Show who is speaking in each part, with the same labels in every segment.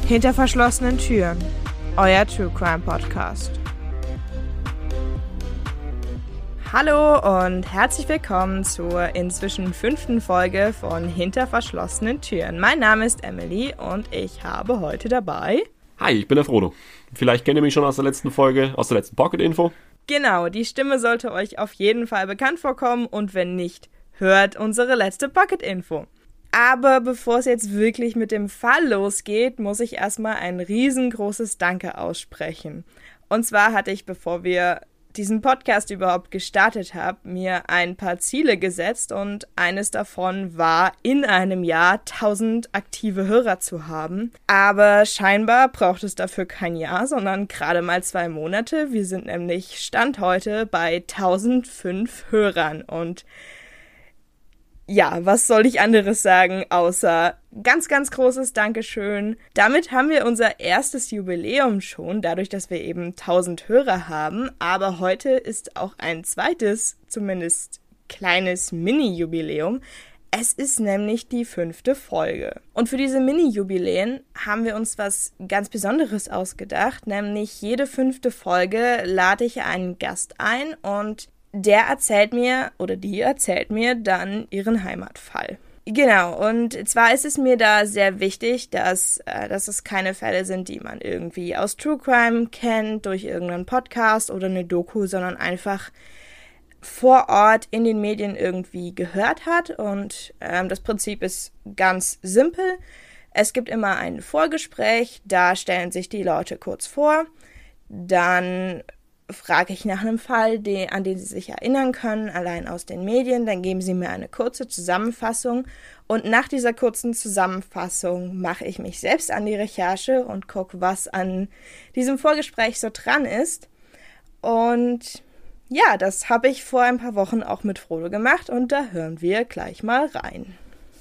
Speaker 1: Hinter verschlossenen Türen, euer True Crime Podcast. Hallo und herzlich willkommen zur inzwischen 5. Folge von Hinter verschlossenen Türen. Mein Name ist Emily und ich habe heute dabei...
Speaker 2: Hi, ich bin der Frodo. Vielleicht kennt ihr mich schon aus der letzten Folge, aus der letzten Pocket-Info.
Speaker 1: Genau, die Stimme sollte euch auf jeden Fall bekannt vorkommen und wenn nicht, hört unsere letzte Pocket-Info. Aber bevor es jetzt wirklich mit dem Fall losgeht, muss ich erstmal ein riesengroßes Danke aussprechen. Und zwar hatte ich, bevor wir diesen Podcast überhaupt gestartet haben, mir ein paar Ziele gesetzt und eines davon war, in einem Jahr 1000 aktive Hörer zu haben. Aber scheinbar braucht es dafür kein Jahr, sondern gerade mal 2 Monate. Wir sind nämlich Stand heute bei 1005 Hörern und ja, was soll ich anderes sagen, außer ganz, ganz großes Dankeschön. Damit haben wir unser erstes Jubiläum schon, dadurch, dass wir eben 1000 Hörer haben. Aber heute ist auch ein zweites, zumindest kleines Mini-Jubiläum. Es ist nämlich die 5. Folge. Und für diese Mini-Jubiläen haben wir uns was ganz Besonderes ausgedacht, nämlich jede 5. Folge lade ich einen Gast ein und der erzählt mir oder die erzählt mir dann ihren Heimatfall. Genau, und zwar ist es mir da sehr wichtig, dass es keine Fälle sind, die man irgendwie aus True Crime kennt, durch irgendeinen Podcast oder eine Doku, sondern einfach vor Ort in den Medien irgendwie gehört hat. Und das Prinzip ist ganz simpel. Es gibt immer ein Vorgespräch, da stellen sich die Leute kurz vor, dann frage ich nach einem Fall, an den sie sich erinnern können, allein aus den Medien, dann geben sie mir eine kurze Zusammenfassung und nach dieser kurzen Zusammenfassung mache ich mich selbst an die Recherche und gucke, was an diesem Vorgespräch so dran ist. Und ja, das habe ich vor ein paar Wochen auch mit Frodo gemacht und da hören wir gleich mal rein.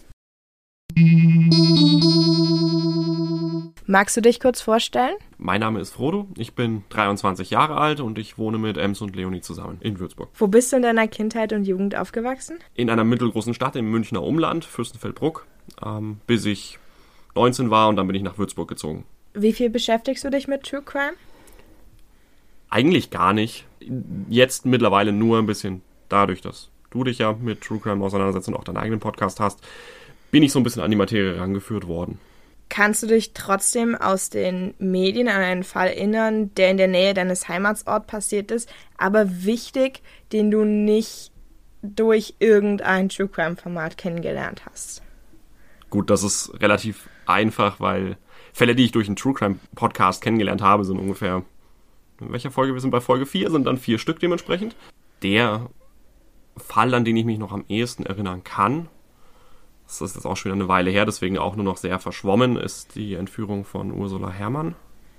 Speaker 1: Magst du dich kurz vorstellen?
Speaker 2: Mein Name ist Frodo, ich bin 23 Jahre alt und ich wohne mit Ems und Leonie zusammen in Würzburg.
Speaker 1: Wo bist du in deiner Kindheit und Jugend aufgewachsen?
Speaker 2: In einer mittelgroßen Stadt im Münchner Umland, Fürstenfeldbruck, bis ich 19 war und dann bin ich nach Würzburg gezogen.
Speaker 1: Wie viel beschäftigst du dich mit True Crime?
Speaker 2: Eigentlich gar nicht. Jetzt mittlerweile nur ein bisschen dadurch, dass du dich ja mit True Crime auseinandersetzt und auch deinen eigenen Podcast hast, bin ich so ein bisschen an die Materie herangeführt worden.
Speaker 1: Kannst du dich trotzdem aus den Medien an einen Fall erinnern, der in der Nähe deines Heimatsorts passiert ist, aber wichtig, den du nicht durch irgendein True Crime Format kennengelernt hast?
Speaker 2: Gut, das ist relativ einfach, weil Fälle, die ich durch einen True Crime Podcast kennengelernt habe, sind ungefähr, in welcher Folge? Wir sind bei Folge 4, sind dann 4 Stück dementsprechend. Der Fall, an den ich mich noch am ehesten erinnern kann, das ist jetzt auch schon wieder eine Weile her, deswegen auch nur noch sehr verschwommen, ist die Entführung von Ursula Herrmann.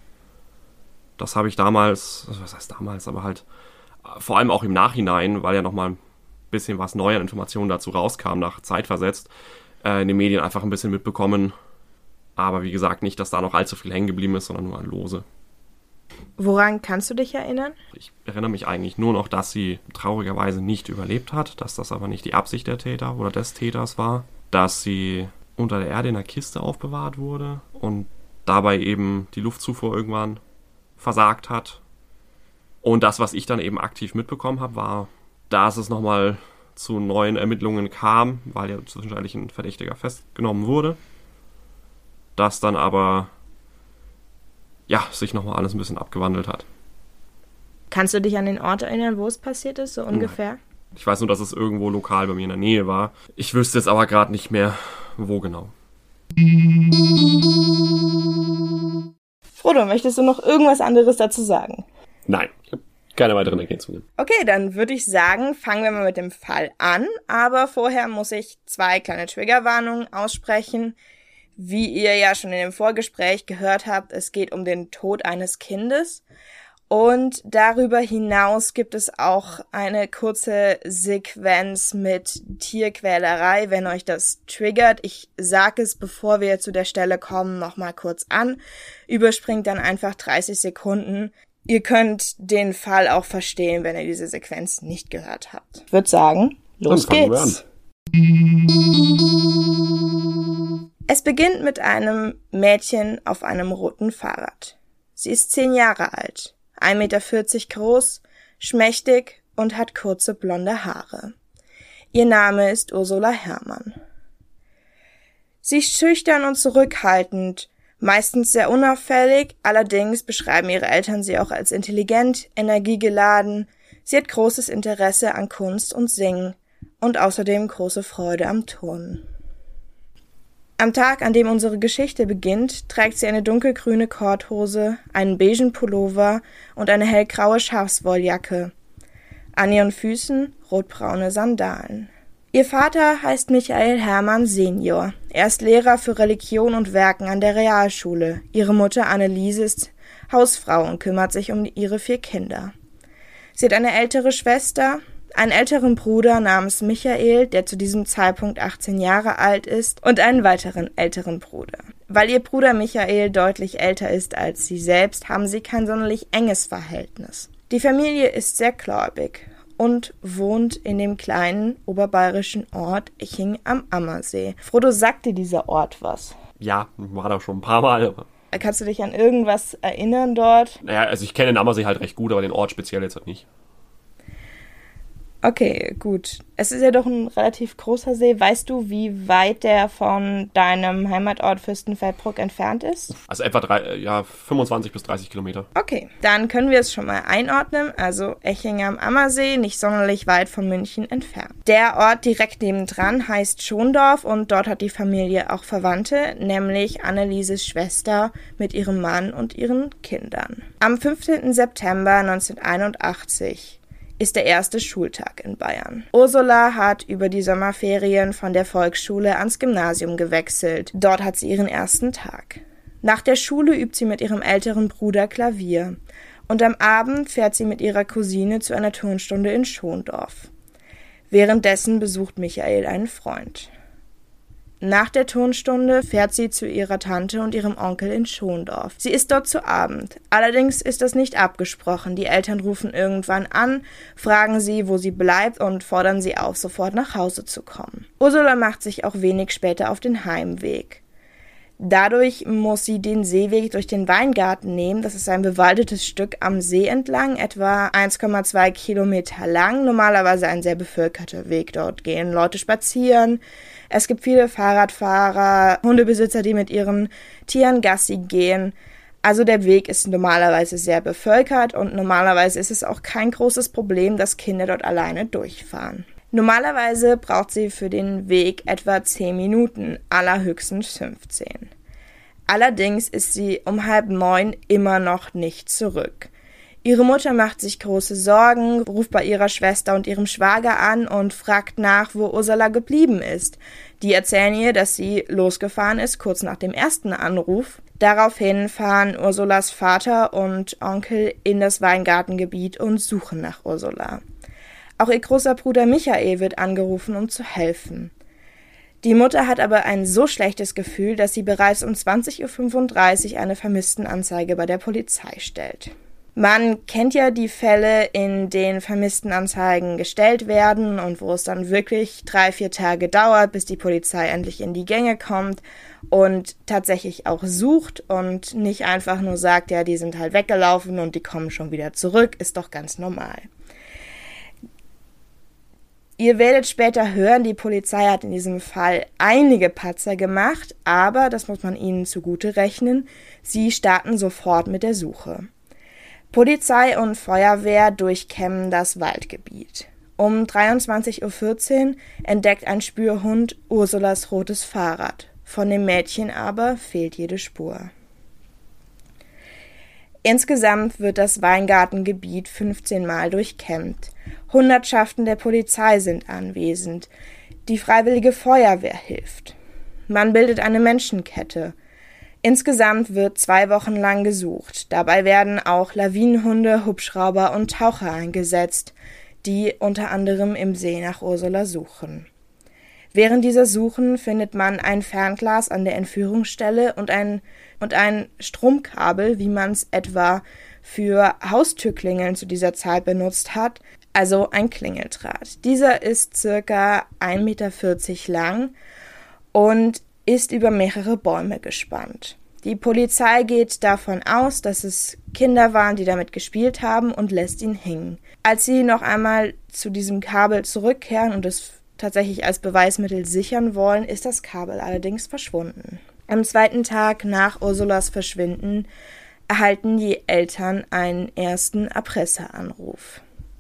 Speaker 2: Das habe ich damals, was heißt damals, aber halt vor allem auch im Nachhinein, weil ja nochmal ein bisschen was neuer Informationen dazu rauskam, nach Zeit versetzt, in den Medien einfach ein bisschen mitbekommen. Aber wie gesagt, nicht, dass da noch allzu viel hängen geblieben ist, sondern nur an Lose.
Speaker 1: Woran kannst du dich erinnern?
Speaker 2: Ich erinnere mich eigentlich nur noch, dass sie traurigerweise nicht überlebt hat, dass das aber nicht die Absicht der Täter oder des Täters war. Dass sie unter der Erde in einer Kiste aufbewahrt wurde und dabei eben die Luftzufuhr irgendwann versagt hat. Und das, was ich dann eben aktiv mitbekommen habe, war, dass es nochmal zu neuen Ermittlungen kam, weil ja zwischenzeitlich ein Verdächtiger festgenommen wurde. Dass dann aber, ja, sich nochmal alles ein bisschen abgewandelt hat.
Speaker 1: Kannst du dich an den Ort erinnern, wo es passiert ist, so ungefähr?
Speaker 2: Nein. Ich weiß nur, dass es irgendwo lokal bei mir in der Nähe war. Ich wüsste jetzt aber gerade nicht mehr, wo genau.
Speaker 1: Frodo, möchtest du noch irgendwas anderes dazu sagen?
Speaker 2: Nein, ich habe keine weiteren Ergänzungen.
Speaker 1: Okay, dann würde ich sagen, fangen wir mal mit dem Fall an. Aber vorher muss ich 2 kleine Triggerwarnungen aussprechen. Wie ihr ja schon in dem Vorgespräch gehört habt, es geht um den Tod eines Kindes. Und darüber hinaus gibt es auch eine kurze Sequenz mit Tierquälerei, wenn euch das triggert. Ich sage es, bevor wir zu der Stelle kommen, nochmal kurz an. Überspringt dann einfach 30 Sekunden. Ihr könnt den Fall auch verstehen, wenn ihr diese Sequenz nicht gehört habt. Ich würde sagen, los geht's. Es beginnt mit einem Mädchen auf einem roten Fahrrad. Sie ist 10 Jahre alt, 1,40 Meter groß, schmächtig und hat kurze blonde Haare. Ihr Name ist Ursula Herrmann. Sie ist schüchtern und zurückhaltend, meistens sehr unauffällig, allerdings beschreiben ihre Eltern sie auch als intelligent, energiegeladen. Sie hat großes Interesse an Kunst und Singen und außerdem große Freude am Turnen. Am Tag, an dem unsere Geschichte beginnt, trägt sie eine dunkelgrüne Korthose, einen beigen Pullover und eine hellgraue Schafswolljacke. An ihren Füßen rotbraune Sandalen. Ihr Vater heißt Michael Herrmann Senior. Er ist Lehrer für Religion und Werken an der Realschule. Ihre Mutter Anneliese ist Hausfrau und kümmert sich um ihre 4 Kinder. Sie hat eine ältere Schwester, einen älteren Bruder namens Michael, der zu diesem Zeitpunkt 18 Jahre alt ist, und einen weiteren älteren Bruder. Weil ihr Bruder Michael deutlich älter ist als sie selbst, haben sie kein sonderlich enges Verhältnis. Die Familie ist sehr gläubig und wohnt in dem kleinen oberbayerischen Ort Eching am Ammersee. Frodo, sagt dir dieser Ort was?
Speaker 2: Ja, war da schon ein paar Mal.
Speaker 1: Kannst du dich an irgendwas erinnern dort?
Speaker 2: Naja, also ich kenne den Ammersee halt recht gut, aber den Ort speziell jetzt halt nicht.
Speaker 1: Okay, gut. Es ist ja doch ein relativ großer See. Weißt du, wie weit der von deinem Heimatort Fürstenfeldbruck entfernt ist?
Speaker 2: Also etwa 25 bis 30 Kilometer.
Speaker 1: Okay, dann können wir es schon mal einordnen. Also Eching am Ammersee, nicht sonderlich weit von München entfernt. Der Ort direkt nebendran heißt Schondorf und dort hat die Familie auch Verwandte, nämlich Annelieses Schwester mit ihrem Mann und ihren Kindern. Am 15. September 1981 ist der erste Schultag in Bayern. Ursula hat über die Sommerferien von der Volksschule ans Gymnasium gewechselt. Dort hat sie ihren ersten Tag. Nach der Schule übt sie mit ihrem älteren Bruder Klavier. Und am Abend fährt sie mit ihrer Cousine zu einer Turnstunde in Schondorf. Währenddessen besucht Michael einen Freund. Nach der Turnstunde fährt sie zu ihrer Tante und ihrem Onkel in Schondorf. Sie ist dort zu Abend. Allerdings ist das nicht abgesprochen. Die Eltern rufen irgendwann an, fragen sie, wo sie bleibt und fordern sie auf, sofort nach Hause zu kommen. Ursula macht sich auch wenig später auf den Heimweg. Dadurch muss sie den Seeweg durch den Weingarten nehmen. Das ist ein bewaldetes Stück am See entlang, etwa 1,2 Kilometer lang. Normalerweise ein sehr bevölkerter Weg. Dort gehen Leute spazieren. Es gibt viele Fahrradfahrer, Hundebesitzer, die mit ihren Tieren Gassi gehen. Also der Weg ist normalerweise sehr bevölkert und normalerweise ist es auch kein großes Problem, dass Kinder dort alleine durchfahren. Normalerweise braucht sie für den Weg etwa 10 Minuten, allerhöchstens 15. Allerdings ist sie um 8:30 immer noch nicht zurück. Ihre Mutter macht sich große Sorgen, ruft bei ihrer Schwester und ihrem Schwager an und fragt nach, wo Ursula geblieben ist. Die erzählen ihr, dass sie losgefahren ist, kurz nach dem ersten Anruf. Daraufhin fahren Ursulas Vater und Onkel in das Weingartengebiet und suchen nach Ursula. Auch ihr großer Bruder Michael wird angerufen, um zu helfen. Die Mutter hat aber ein so schlechtes Gefühl, dass sie bereits um 20:35 Uhr eine Vermisstenanzeige bei der Polizei stellt. Man kennt ja die Fälle, in denen Vermisstenanzeigen gestellt werden und wo es dann wirklich 3-4 Tage dauert, bis die Polizei endlich in die Gänge kommt und tatsächlich auch sucht und nicht einfach nur sagt, ja, die sind halt weggelaufen und die kommen schon wieder zurück, ist doch ganz normal. Ihr werdet später hören, die Polizei hat in diesem Fall einige Patzer gemacht, aber, das muss man ihnen zugute rechnen, sie starten sofort mit der Suche. Polizei und Feuerwehr durchkämmen das Waldgebiet. Um 23:14 Uhr entdeckt ein Spürhund Ursulas rotes Fahrrad. Von dem Mädchen aber fehlt jede Spur. Insgesamt wird das Weingartengebiet 15 Mal durchkämmt. Hundertschaften der Polizei sind anwesend. Die Freiwillige Feuerwehr hilft. Man bildet eine Menschenkette. Insgesamt wird 2 Wochen lang gesucht. Dabei werden auch Lawinenhunde, Hubschrauber und Taucher eingesetzt, die unter anderem im See nach Ursula suchen. Während dieser Suchen findet man ein Fernglas an der Entführungsstelle und ein Stromkabel, wie man es etwa für Haustürklingeln zu dieser Zeit benutzt hat, also ein Klingeldraht. Dieser ist circa 1,40 Meter lang und ist über mehrere Bäume gespannt. Die Polizei geht davon aus, dass es Kinder waren, die damit gespielt haben, und lässt ihn hängen. Als sie noch einmal zu diesem Kabel zurückkehren und es tatsächlich als Beweismittel sichern wollen, ist das Kabel allerdings verschwunden. Am zweiten Tag nach Ursulas Verschwinden erhalten die Eltern einen ersten Erpresseranruf.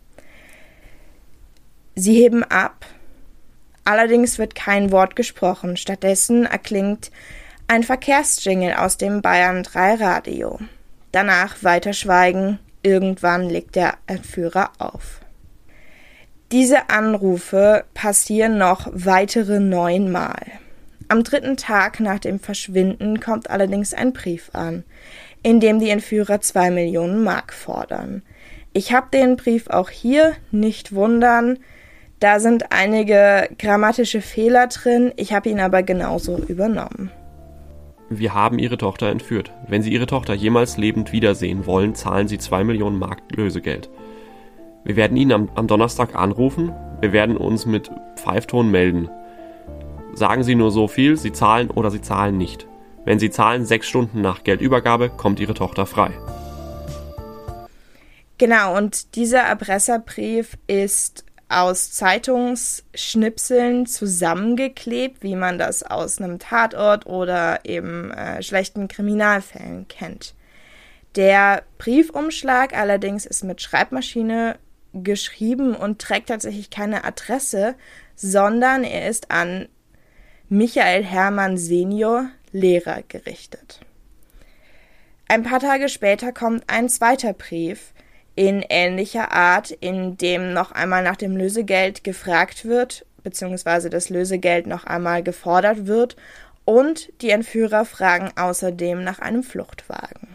Speaker 1: Sie heben ab, allerdings wird kein Wort gesprochen. Stattdessen erklingt ein Verkehrsjingle aus dem Bayern 3 Radio. Danach weiter Schweigen. Irgendwann legt der Entführer auf. Diese Anrufe passieren noch weitere 9 Mal. Am 3. Tag nach dem Verschwinden kommt allerdings ein Brief an, in dem die Entführer 2 Millionen Mark fordern. Ich habe den Brief auch hier, nicht wundern. Da sind einige grammatische Fehler drin, ich habe ihn aber genauso übernommen.
Speaker 2: Wir haben Ihre Tochter entführt. Wenn Sie Ihre Tochter jemals lebend wiedersehen wollen, zahlen Sie 2 Millionen Mark Lösegeld. Wir werden Ihnen am Donnerstag anrufen. Wir werden uns mit Pfeifton melden. Sagen Sie nur so viel, Sie zahlen oder Sie zahlen nicht. Wenn Sie zahlen 6 Stunden nach Geldübergabe, kommt Ihre Tochter frei.
Speaker 1: Genau, und dieser Erpresserbrief ist aus Zeitungsschnipseln zusammengeklebt, wie man das aus einem Tatort oder eben schlechten Kriminalfällen kennt. Der Briefumschlag allerdings ist mit Schreibmaschine geschrieben und trägt tatsächlich keine Adresse, sondern er ist an Michael Hermann Senior, Lehrer, gerichtet. Ein paar Tage später kommt ein zweiter Brief in ähnlicher Art, in dem noch einmal nach dem Lösegeld gefragt wird, beziehungsweise das Lösegeld noch einmal gefordert wird, und die Entführer fragen außerdem nach einem Fluchtwagen.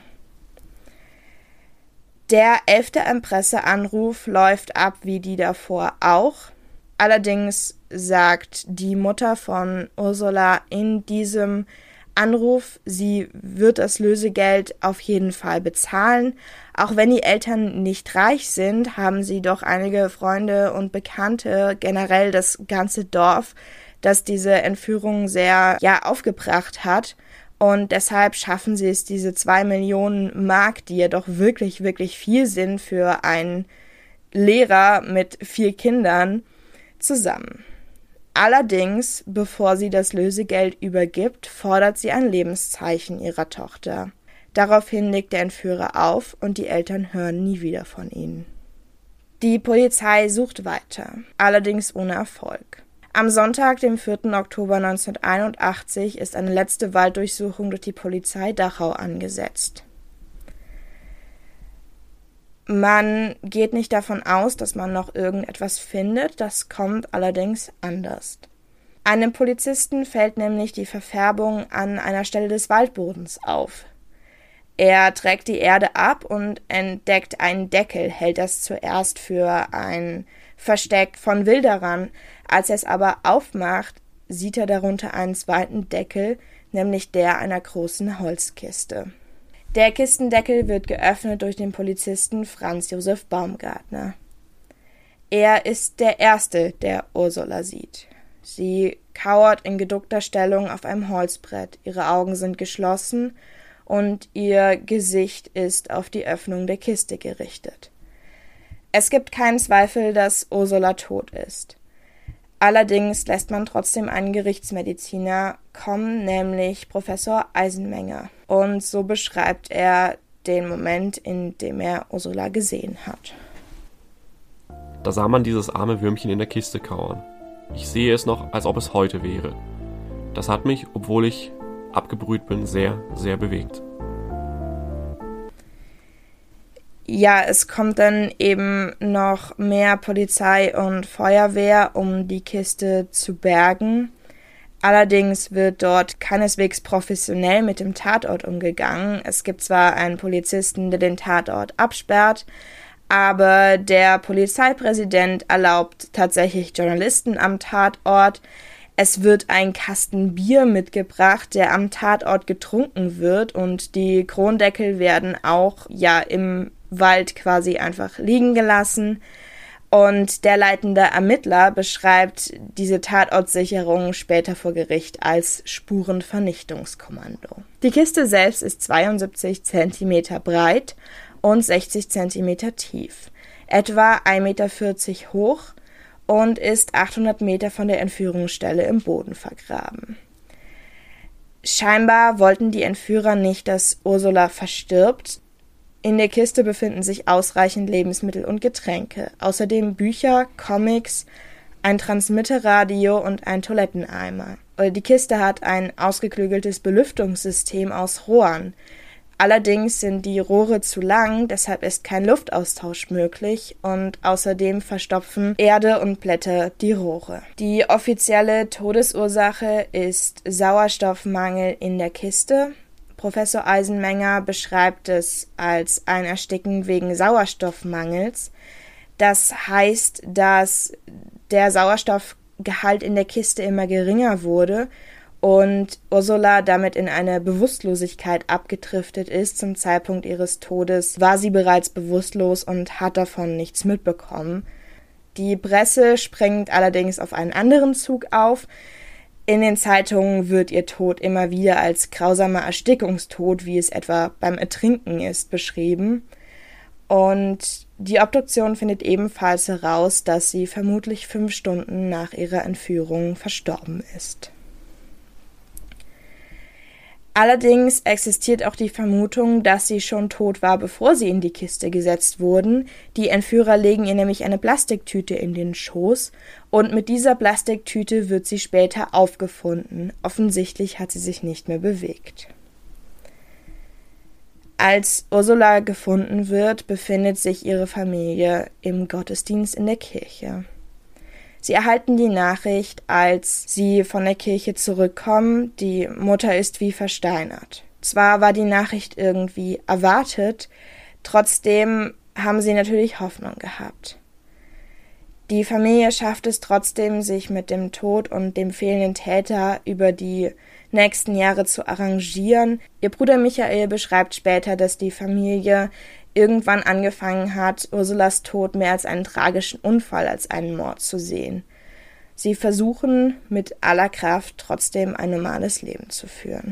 Speaker 1: Der 11. Erpresseranruf läuft ab wie die davor auch. Allerdings sagt die Mutter von Ursula in diesem Anruf, sie wird das Lösegeld auf jeden Fall bezahlen. Auch wenn die Eltern nicht reich sind, haben sie doch einige Freunde und Bekannte, generell das ganze Dorf, das diese Entführung sehr aufgebracht hat. Und deshalb schaffen sie es, diese 2 Millionen Mark, die ja doch wirklich, wirklich viel sind für einen Lehrer mit 4 Kindern, zusammen. Allerdings, bevor sie das Lösegeld übergibt, fordert sie ein Lebenszeichen ihrer Tochter. Daraufhin legt der Entführer auf und die Eltern hören nie wieder von ihnen. Die Polizei sucht weiter, allerdings ohne Erfolg. Am Sonntag, dem 4. Oktober 1981, ist eine letzte Walddurchsuchung durch die Polizei Dachau angesetzt. Man geht nicht davon aus, dass man noch irgendetwas findet, das kommt allerdings anders. Einem Polizisten fällt nämlich die Verfärbung an einer Stelle des Waldbodens auf. Er trägt die Erde ab und entdeckt einen Deckel, hält das zuerst für ein Versteck von Wilderern. Als er es aber aufmacht, sieht er darunter einen zweiten Deckel, nämlich der einer großen Holzkiste. Der Kistendeckel wird geöffnet durch den Polizisten Franz Josef Baumgartner. Er ist der Erste, der Ursula sieht. Sie kauert in geduckter Stellung auf einem Holzbrett, ihre Augen sind geschlossen und ihr Gesicht ist auf die Öffnung der Kiste gerichtet. Es gibt keinen Zweifel, dass Ursula tot ist. Allerdings lässt man trotzdem einen Gerichtsmediziner kommen, nämlich Professor Eisenmenger. Und so beschreibt er den Moment, in dem er Ursula gesehen hat.
Speaker 2: Da sah man dieses arme Würmchen in der Kiste kauern. Ich sehe es noch, als ob es heute wäre. Das hat mich, obwohl ich abgebrüht bin, sehr, sehr bewegt.
Speaker 1: Ja, es kommt dann eben noch mehr Polizei und Feuerwehr, um die Kiste zu bergen. Allerdings wird dort keineswegs professionell mit dem Tatort umgegangen. Es gibt zwar einen Polizisten, der den Tatort absperrt, aber der Polizeipräsident erlaubt tatsächlich Journalisten am Tatort. Es wird ein Kasten Bier mitgebracht, der am Tatort getrunken wird, und die Kronendeckel werden auch im Wald quasi einfach liegen gelassen. Und der leitende Ermittler beschreibt diese Tatortsicherung später vor Gericht als Spurenvernichtungskommando. Die Kiste selbst ist 72 cm breit und 60 cm tief, etwa 1,40 Meter hoch und ist 800 Meter von der Entführungsstelle im Boden vergraben. Scheinbar wollten die Entführer nicht, dass Ursula verstirbt. In der Kiste befinden sich ausreichend Lebensmittel und Getränke, außerdem Bücher, Comics, ein Transmitterradio und ein Toiletteneimer. Die Kiste hat ein ausgeklügeltes Belüftungssystem aus Rohren. Allerdings sind die Rohre zu lang, deshalb ist kein Luftaustausch möglich und außerdem verstopfen Erde und Blätter die Rohre. Die offizielle Todesursache ist Sauerstoffmangel in der Kiste. Professor Eisenmenger beschreibt es als ein Ersticken wegen Sauerstoffmangels. Das heißt, dass der Sauerstoffgehalt in der Kiste immer geringer wurde und Ursula damit in eine Bewusstlosigkeit abgedriftet ist. Zum Zeitpunkt ihres Todes war sie bereits bewusstlos und hat davon nichts mitbekommen. Die Presse springt allerdings auf einen anderen Zug auf. In den Zeitungen wird ihr Tod immer wieder als grausamer Erstickungstod, wie es etwa beim Ertrinken ist, beschrieben. Und die Obduktion findet ebenfalls heraus, dass sie vermutlich 5 Stunden nach ihrer Entführung verstorben ist. Allerdings existiert auch die Vermutung, dass sie schon tot war, bevor sie in die Kiste gesetzt wurden. Die Entführer legen ihr nämlich eine Plastiktüte in den Schoß und mit dieser Plastiktüte wird sie später aufgefunden. Offensichtlich hat sie sich nicht mehr bewegt. Als Ursula gefunden wird, befindet sich ihre Familie im Gottesdienst in der Kirche. Sie erhalten die Nachricht, als sie von der Kirche zurückkommen, die Mutter ist wie versteinert. Zwar war die Nachricht irgendwie erwartet, trotzdem haben sie natürlich Hoffnung gehabt. Die Familie schafft es trotzdem, sich mit dem Tod und dem fehlenden Täter über die nächsten Jahre zu arrangieren. Ihr Bruder Michael beschreibt später, dass die Familie irgendwann angefangen hat, Ursulas Tod mehr als einen tragischen Unfall als einen Mord zu sehen. Sie versuchen mit aller Kraft trotzdem ein normales Leben zu führen.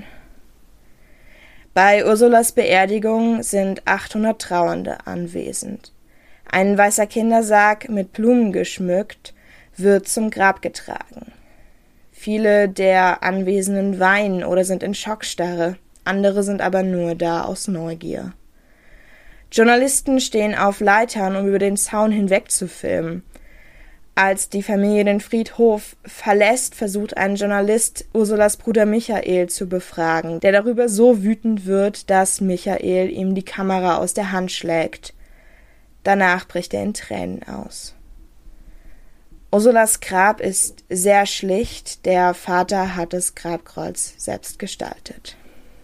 Speaker 1: Bei Ursulas Beerdigung sind 800 Trauernde anwesend. Ein weißer Kindersarg mit Blumen geschmückt wird zum Grab getragen. Viele der Anwesenden weinen oder sind in Schockstarre, andere sind aber nur da aus Neugier. Journalisten stehen auf Leitern, um über den Zaun hinweg zu filmen. Als die Familie den Friedhof verlässt, versucht ein Journalist, Ursulas Bruder Michael zu befragen, der darüber so wütend wird, dass Michael ihm die Kamera aus der Hand schlägt. Danach bricht er in Tränen aus. Ursulas Grab ist sehr schlicht, der Vater hat das Grabkreuz selbst gestaltet.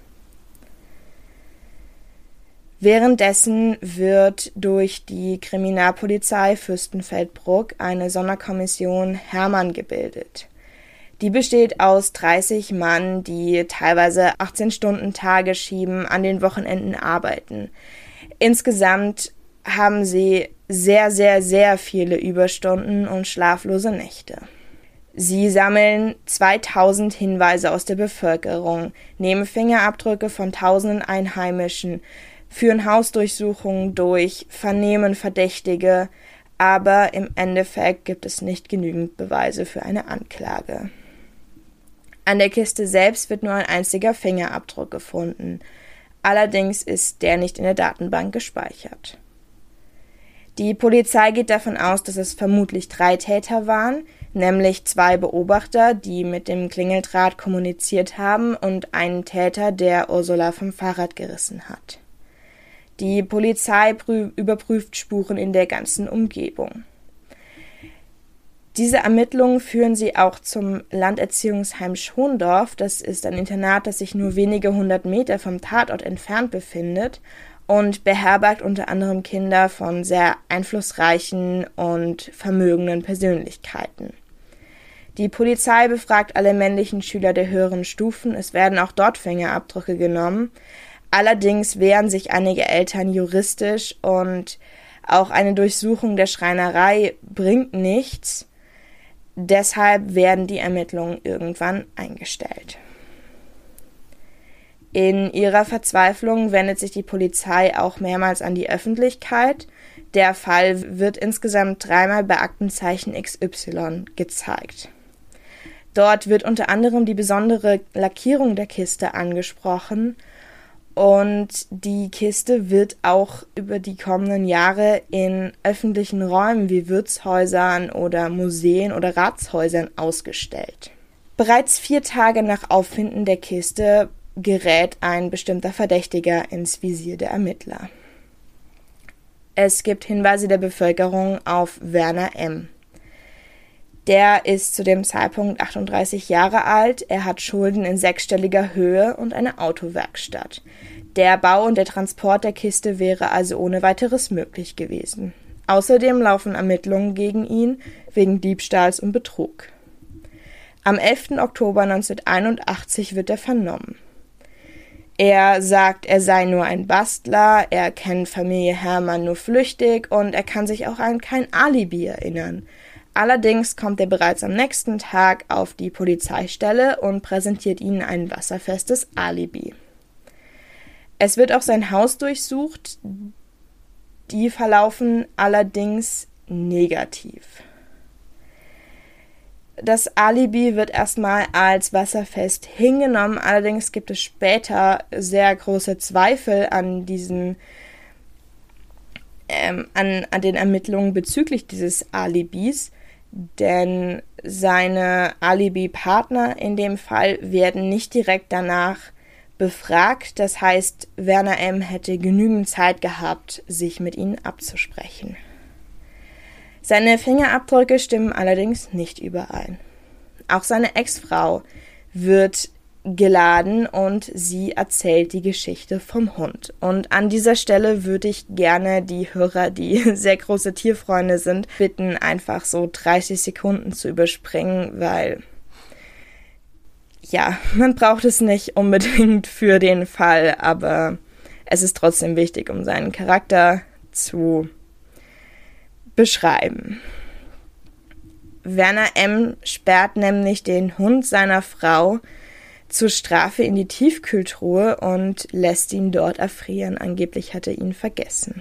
Speaker 1: Währenddessen wird durch die Kriminalpolizei Fürstenfeldbruck eine Sonderkommission Hermann gebildet. Die besteht aus 30 Mann, die teilweise 18-Stunden-Tage schieben, an den Wochenenden arbeiten. Insgesamt haben sie sehr, sehr, sehr viele Überstunden und schlaflose Nächte. Sie sammeln 2000 Hinweise aus der Bevölkerung, nehmen Fingerabdrücke von tausenden Einheimischen, führen Hausdurchsuchungen durch, vernehmen Verdächtige, aber im Endeffekt gibt es nicht genügend Beweise für eine Anklage. An der Kiste selbst wird nur ein einziger Fingerabdruck gefunden, allerdings ist der nicht in der Datenbank gespeichert. Die Polizei geht davon aus, dass es vermutlich 3 Täter waren, nämlich 2 Beobachter, die mit dem Klingeldraht kommuniziert haben, und einen Täter, der Ursula vom Fahrrad gerissen hat. Die Polizei überprüft Spuren in der ganzen Umgebung. Diese Ermittlungen führen sie auch zum Landerziehungsheim Schondorf. Das ist ein Internat, das sich nur wenige 100 Meter vom Tatort entfernt befindet und beherbergt unter anderem Kinder von sehr einflussreichen und vermögenden Persönlichkeiten. Die Polizei befragt alle männlichen Schüler der höheren Stufen. Es werden auch dort Fingerabdrücke genommen. Allerdings wehren sich einige Eltern juristisch und Auch eine Durchsuchung der Schreinerei bringt nichts. Deshalb werden die Ermittlungen irgendwann eingestellt. In ihrer Verzweiflung wendet sich die Polizei auch mehrmals an die Öffentlichkeit. Der Fall wird insgesamt 3-mal bei Aktenzeichen XY gezeigt. Dort wird unter anderem die besondere Lackierung der Kiste angesprochen und die Kiste wird auch über die kommenden Jahre in öffentlichen Räumen wie Wirtshäusern oder Museen oder Ratshäusern ausgestellt. Bereits 4 Tage nach Auffinden der Kiste gerät ein bestimmter Verdächtiger ins Visier der Ermittler. Es gibt Hinweise der Bevölkerung auf Werner M. Der ist zu dem Zeitpunkt 38 Jahre alt, er hat Schulden in 6-stelliger Höhe und eine Autowerkstatt. Der Bau und der Transport der Kiste wäre also ohne weiteres möglich gewesen. Außerdem laufen Ermittlungen gegen ihn wegen Diebstahls und Betrug. Am 11. Oktober 1981 wird er vernommen. Er sagt, er sei nur ein Bastler, er kennt Familie Hermann nur flüchtig und er kann sich auch an kein Alibi erinnern. Allerdings kommt er bereits am nächsten Tag auf die Polizeistelle und präsentiert ihnen ein wasserfestes Alibi. Es wird auch sein Haus durchsucht, die verlaufen allerdings negativ. Das Alibi wird erstmal als wasserfest hingenommen, allerdings gibt es später sehr große Zweifel an diesen an den Ermittlungen bezüglich dieses Alibis, denn seine Alibi-Partner in dem Fall werden nicht direkt danach befragt. Das heißt, Werner M. hätte genügend Zeit gehabt, sich mit ihnen abzusprechen. Seine Fingerabdrücke stimmen allerdings nicht überein. Auch seine Ex-Frau wird geladen und sie erzählt die Geschichte vom Hund. Und an dieser Stelle würde ich gerne die Hörer, die sehr große Tierfreunde sind, bitten, einfach so 30 Sekunden zu überspringen, weil ja, man braucht es nicht unbedingt für den Fall, aber es ist trotzdem wichtig, um seinen Charakter zu beschreiben. Werner M. sperrt nämlich den Hund seiner Frau zur Strafe in die Tiefkühltruhe und lässt ihn dort erfrieren. Angeblich hat er ihn vergessen.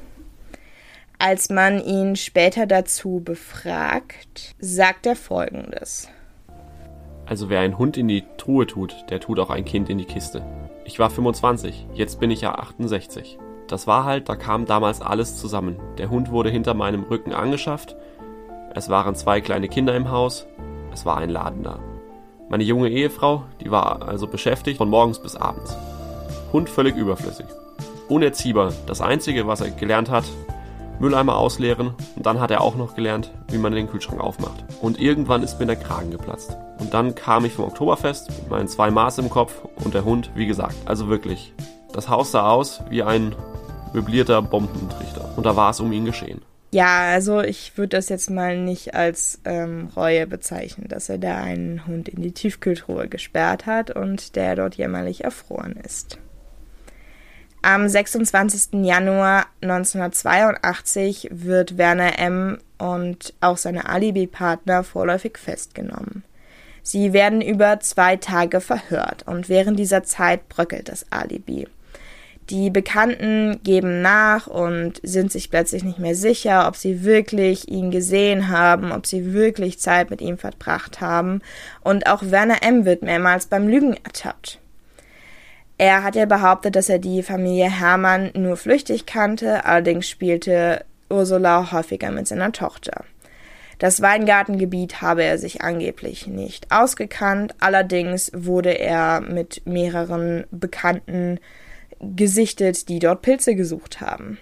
Speaker 1: Als man ihn später dazu befragt, sagt er Folgendes.
Speaker 2: Also wer einen Hund in die Truhe tut, der tut auch ein Kind in die Kiste. Ich war 25, jetzt bin ich ja 68. Das war halt, da kam damals alles zusammen. Der Hund wurde hinter meinem Rücken angeschafft, es waren 2 kleine Kinder im Haus, es war ein Laden da. Meine junge Ehefrau, die war also beschäftigt von morgens bis abends. Hund völlig überflüssig. Unerziehbar, das Einzige, was er gelernt hat, Mülleimer ausleeren und dann hat er auch noch gelernt, wie man den Kühlschrank aufmacht. Und irgendwann ist mir der Kragen geplatzt. Und dann kam ich vom Oktoberfest mit meinen 2 Maß im Kopf und der Hund, wie gesagt, also wirklich. Das Haus sah aus wie ein möblierter Bombentrichter und da war es um ihn geschehen.
Speaker 1: Ja, also ich würde das jetzt mal nicht als Reue bezeichnen, dass er da einen Hund in die Tiefkühltruhe gesperrt hat und der dort jämmerlich erfroren ist. Am 26. Januar 1982 wird Werner M. und auch seine Alibi-Partner vorläufig festgenommen. Sie werden über 2 Tage verhört und während dieser Zeit bröckelt das Alibi. Die Bekannten geben nach und sind sich plötzlich nicht mehr sicher, ob sie wirklich ihn gesehen haben, ob sie wirklich Zeit mit ihm verbracht haben. Und auch Werner M. wird mehrmals beim Lügen ertappt. Er hat ja behauptet, dass er die Familie Hermann nur flüchtig kannte, allerdings spielte Ursula häufiger mit seiner Tochter. Das Weingartengebiet habe er sich angeblich nicht ausgekannt, allerdings wurde er mit mehreren Bekannten gesichtet, die dort Pilze gesucht haben.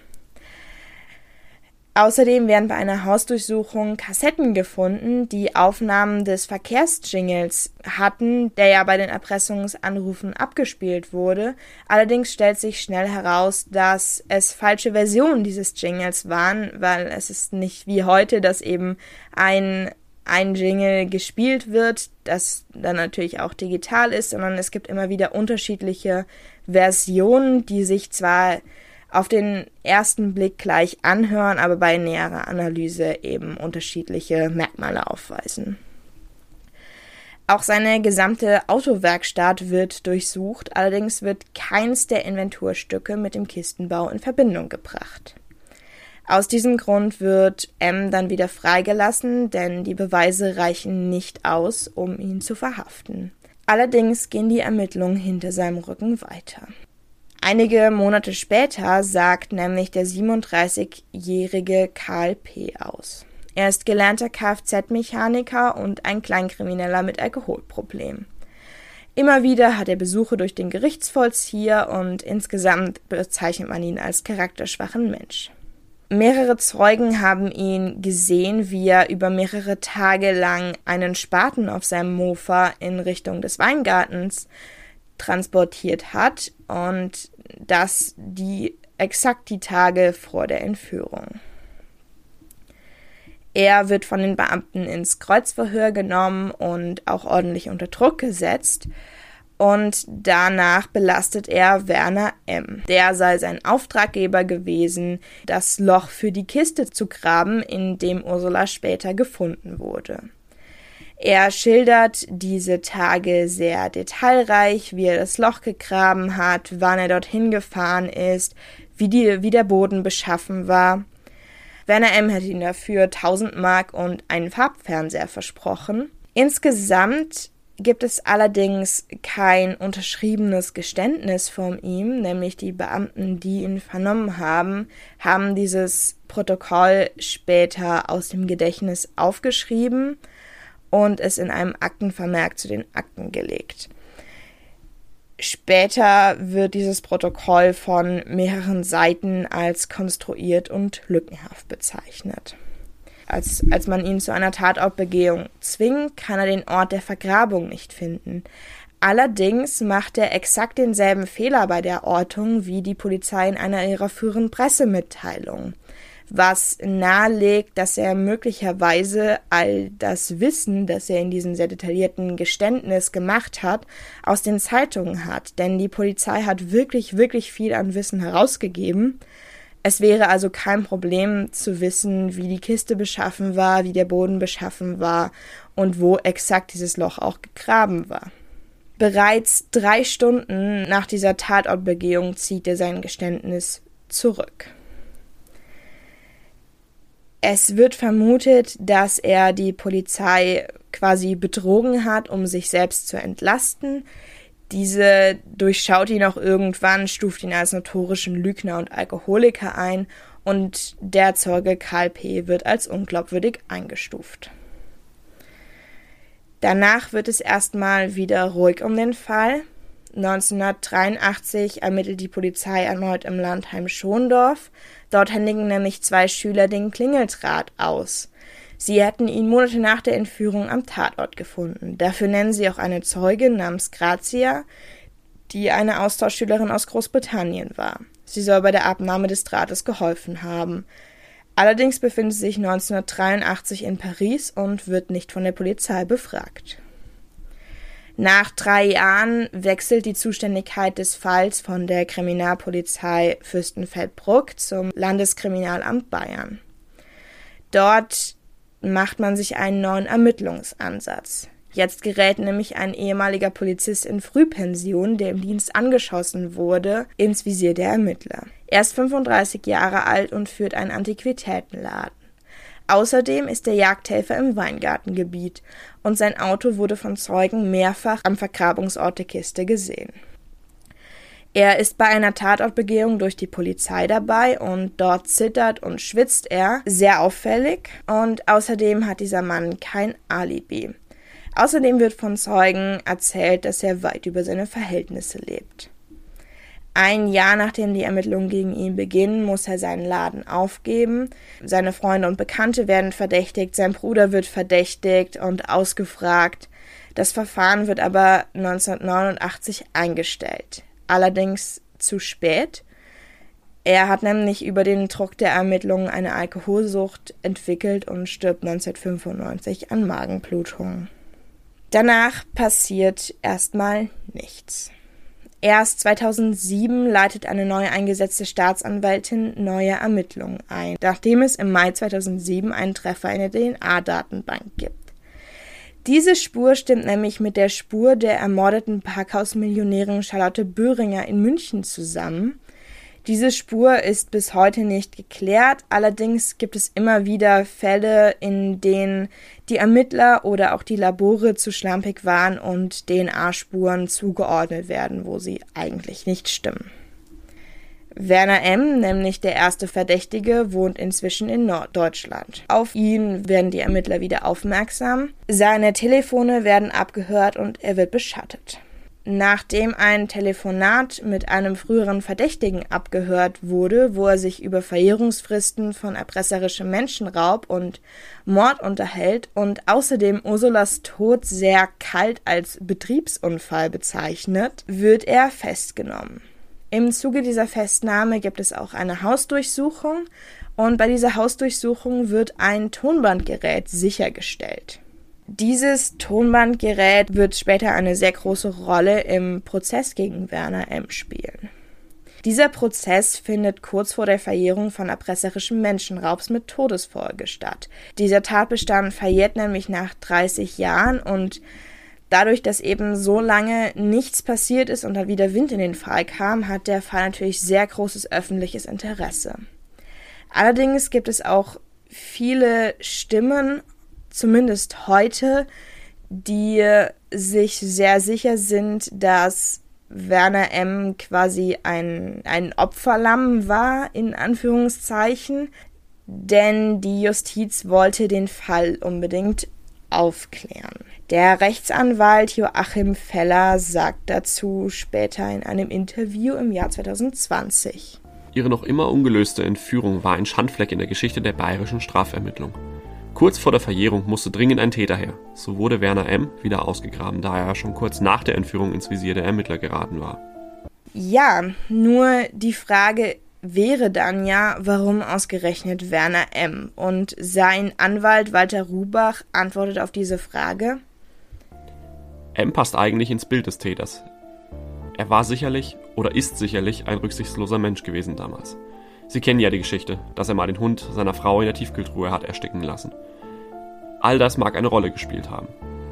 Speaker 1: Außerdem werden bei einer Hausdurchsuchung Kassetten gefunden, die Aufnahmen des Verkehrsjingles hatten, der ja bei den Erpressungsanrufen abgespielt wurde. Allerdings stellt sich schnell heraus, dass es falsche Versionen dieses Jingles waren, weil es ist nicht wie heute, dass eben ein Jingle gespielt wird, das dann natürlich auch digital ist, sondern es gibt immer wieder unterschiedliche Versionen, die sich zwar auf den ersten Blick gleich anhören, aber bei näherer Analyse eben unterschiedliche Merkmale aufweisen. Auch seine gesamte Autowerkstatt wird durchsucht, allerdings wird keins der Inventurstücke mit dem Kistenbau in Verbindung gebracht. Aus diesem Grund wird M dann wieder freigelassen, denn die Beweise reichen nicht aus, um ihn zu verhaften. Allerdings gehen die Ermittlungen hinter seinem Rücken weiter. Einige Monate später sagt nämlich der 37-jährige Karl P. aus. Er ist gelernter Kfz-Mechaniker und ein Kleinkrimineller mit Alkoholproblemen. Immer wieder hat er Besuche durch den Gerichtsvollzieher und insgesamt bezeichnet man ihn als charakterschwachen Mensch. Mehrere Zeugen haben ihn gesehen, wie er über mehrere Tage lang einen Spaten auf seinem Mofa in Richtung des Weingartens transportiert hat und das exakt die Tage vor der Entführung. Er wird von den Beamten ins Kreuzverhör genommen und auch ordentlich unter Druck gesetzt. Und danach belastet er Werner M. Der sei sein Auftraggeber gewesen, das Loch für die Kiste zu graben, in dem Ursula später gefunden wurde. Er schildert diese Tage sehr detailreich, wie er das Loch gegraben hat, wann er dorthin gefahren ist, wie der Boden beschaffen war. Werner M. hat ihm dafür 1000 Mark und einen Farbfernseher versprochen. Insgesamt gibt es allerdings kein unterschriebenes Geständnis von ihm, nämlich die Beamten, die ihn vernommen haben, haben dieses Protokoll später aus dem Gedächtnis aufgeschrieben und es in einem Aktenvermerk zu den Akten gelegt. Später wird dieses Protokoll von mehreren Seiten als konstruiert und lückenhaft bezeichnet. Als man ihn zu einer Tatortbegehung zwingt, kann er den Ort der Vergrabung nicht finden. Allerdings macht er exakt denselben Fehler bei der Ortung wie die Polizei in einer ihrer früheren Pressemitteilungen, was nahelegt, dass er möglicherweise all das Wissen, das er in diesem sehr detaillierten Geständnis gemacht hat, aus den Zeitungen hat. Denn die Polizei hat wirklich, wirklich viel an Wissen herausgegeben. Es wäre also kein Problem zu wissen, wie die Kiste beschaffen war, wie der Boden beschaffen war und wo exakt dieses Loch auch gegraben war. Bereits 3 Stunden nach dieser Tatortbegehung zieht er sein Geständnis zurück. Es wird vermutet, dass er die Polizei quasi betrogen hat, um sich selbst zu entlasten. Diese durchschaut ihn auch irgendwann, stuft ihn als notorischen Lügner und Alkoholiker ein und der Zeuge Karl P. wird als unglaubwürdig eingestuft. Danach wird es erstmal wieder ruhig um den Fall. 1983 ermittelt die Polizei erneut im Landheim Schondorf. Dort händigen nämlich 2 Schüler den Klingeldraht aus. Sie hätten ihn Monate nach der Entführung am Tatort gefunden. Dafür nennen sie auch eine Zeugin namens Grazia, die eine Austauschschülerin aus Großbritannien war. Sie soll bei der Abnahme des Drahtes geholfen haben. Allerdings befindet sie sich 1983 in Paris und wird nicht von der Polizei befragt. Nach 3 Jahren wechselt die Zuständigkeit des Falls von der Kriminalpolizei Fürstenfeldbruck zum Landeskriminalamt Bayern. Dort macht man sich einen neuen Ermittlungsansatz. Jetzt gerät nämlich ein ehemaliger Polizist in Frühpension, der im Dienst angeschossen wurde, ins Visier der Ermittler. Er ist 35 Jahre alt und führt einen Antiquitätenladen. Außerdem ist er Jagdhelfer im Weingartengebiet und sein Auto wurde von Zeugen mehrfach am Vergrabungsort der Kiste gesehen. Er ist bei einer Tatortbegehung durch die Polizei dabei und dort zittert und schwitzt er, sehr auffällig, und außerdem hat dieser Mann kein Alibi. Außerdem wird von Zeugen erzählt, dass er weit über seine Verhältnisse lebt. 1 Jahr nachdem die Ermittlungen gegen ihn beginnen, muss er seinen Laden aufgeben. Seine Freunde und Bekannte werden verdächtigt, sein Bruder wird verdächtigt und ausgefragt. Das Verfahren wird aber 1989 eingestellt. Allerdings zu spät. Er hat nämlich über den Druck der Ermittlungen eine Alkoholsucht entwickelt und stirbt 1995 an Magenblutungen. Danach passiert erstmal nichts. Erst 2007 leitet eine neu eingesetzte Staatsanwältin neue Ermittlungen ein, nachdem es im Mai 2007 einen Treffer in der DNA-Datenbank gibt. Diese Spur stimmt nämlich mit der Spur der ermordeten Parkhausmillionärin Charlotte Böhringer in München zusammen. Diese Spur ist bis heute nicht geklärt, allerdings gibt es immer wieder Fälle, in denen die Ermittler oder auch die Labore zu schlampig waren und DNA-Spuren zugeordnet werden, wo sie eigentlich nicht stimmen. Werner M., nämlich der erste Verdächtige, wohnt inzwischen in Norddeutschland. Auf ihn werden die Ermittler wieder aufmerksam. Seine Telefone werden abgehört und er wird beschattet. Nachdem ein Telefonat mit einem früheren Verdächtigen abgehört wurde, wo er sich über Verjährungsfristen von erpresserischem Menschenraub und Mord unterhält und außerdem Ursulas Tod sehr kalt als Betriebsunfall bezeichnet, wird er festgenommen. Im Zuge dieser Festnahme gibt es auch eine Hausdurchsuchung und bei dieser Hausdurchsuchung wird ein Tonbandgerät sichergestellt. Dieses Tonbandgerät wird später eine sehr große Rolle im Prozess gegen Werner M. spielen. Dieser Prozess findet kurz vor der Verjährung von erpresserischem Menschenraubs mit Todesfolge statt. Dieser Tatbestand verjährt nämlich nach 30 Jahren und dadurch, dass eben so lange nichts passiert ist und dann wieder Wind in den Fall kam, hat der Fall natürlich sehr großes öffentliches Interesse. Allerdings gibt es auch viele Stimmen, zumindest heute, die sich sehr sicher sind, dass Werner M. quasi ein Opferlamm war, in Anführungszeichen, denn die Justiz wollte den Fall unbedingt aufklären. Der Rechtsanwalt Joachim Feller sagt dazu später in einem Interview im Jahr 2020.
Speaker 2: Ihre noch immer ungelöste Entführung war ein Schandfleck in der Geschichte der bayerischen Strafermittlung. Kurz vor der Verjährung musste dringend ein Täter her. So wurde Werner M. wieder ausgegraben, da er schon kurz nach der Entführung ins Visier der Ermittler geraten war.
Speaker 1: Ja, nur die Frage wäre dann ja, warum ausgerechnet Werner M.? Und sein Anwalt Walter Rubach antwortet auf diese Frage:
Speaker 2: M. passt eigentlich ins Bild des Täters. Er war sicherlich oder ist sicherlich ein rücksichtsloser Mensch gewesen damals. Sie kennen ja die Geschichte, dass er mal den Hund seiner Frau in der Tiefkühltruhe hat ersticken lassen. All das mag eine Rolle gespielt haben.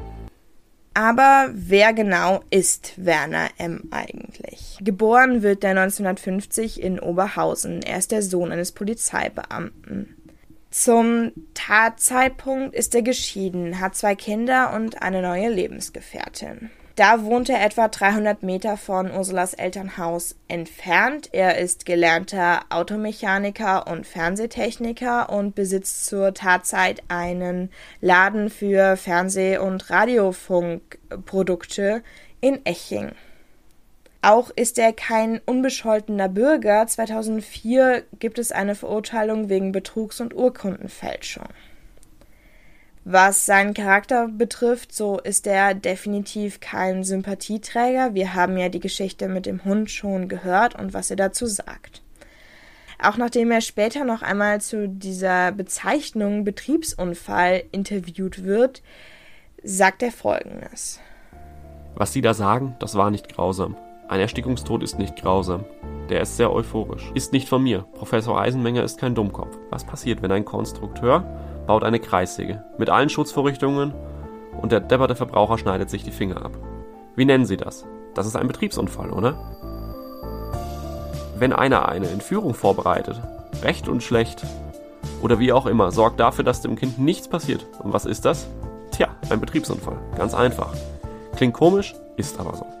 Speaker 1: Aber wer genau ist Werner M. eigentlich? Geboren wird er 1950 in Oberhausen. Er ist der Sohn eines Polizeibeamten. Zum Tatzeitpunkt ist er geschieden, hat 2 Kinder und eine neue Lebensgefährtin. Da wohnt er etwa 300 Meter von Ursulas Elternhaus entfernt. Er ist gelernter Automechaniker und Fernsehtechniker und besitzt zur Tatzeit einen Laden für Fernseh- und Radiofunkprodukte in Eching. Auch ist er kein unbescholtener Bürger. 2004 gibt es eine Verurteilung wegen Betrugs- und Urkundenfälschung. Was seinen Charakter betrifft, so ist er definitiv kein Sympathieträger. Wir haben ja die Geschichte mit dem Hund schon gehört und was er dazu sagt. Auch nachdem er später noch einmal zu dieser Bezeichnung Betriebsunfall interviewt wird, sagt er Folgendes.
Speaker 2: Was Sie da sagen, das war nicht grausam. Ein Erstickungstod ist nicht grausam. Der ist sehr euphorisch. Ist nicht von mir. Professor Eisenmenger ist kein Dummkopf. Was passiert, wenn ein Konstrukteur baut eine Kreissäge mit allen Schutzvorrichtungen und der depperte Verbraucher schneidet sich die Finger ab? Wie nennen Sie das? Das ist ein Betriebsunfall, oder? Wenn einer eine Entführung vorbereitet, recht und schlecht oder wie auch immer, sorgt dafür, dass dem Kind nichts passiert. Und was ist das? Tja, ein Betriebsunfall. Ganz einfach. Klingt komisch, ist aber so.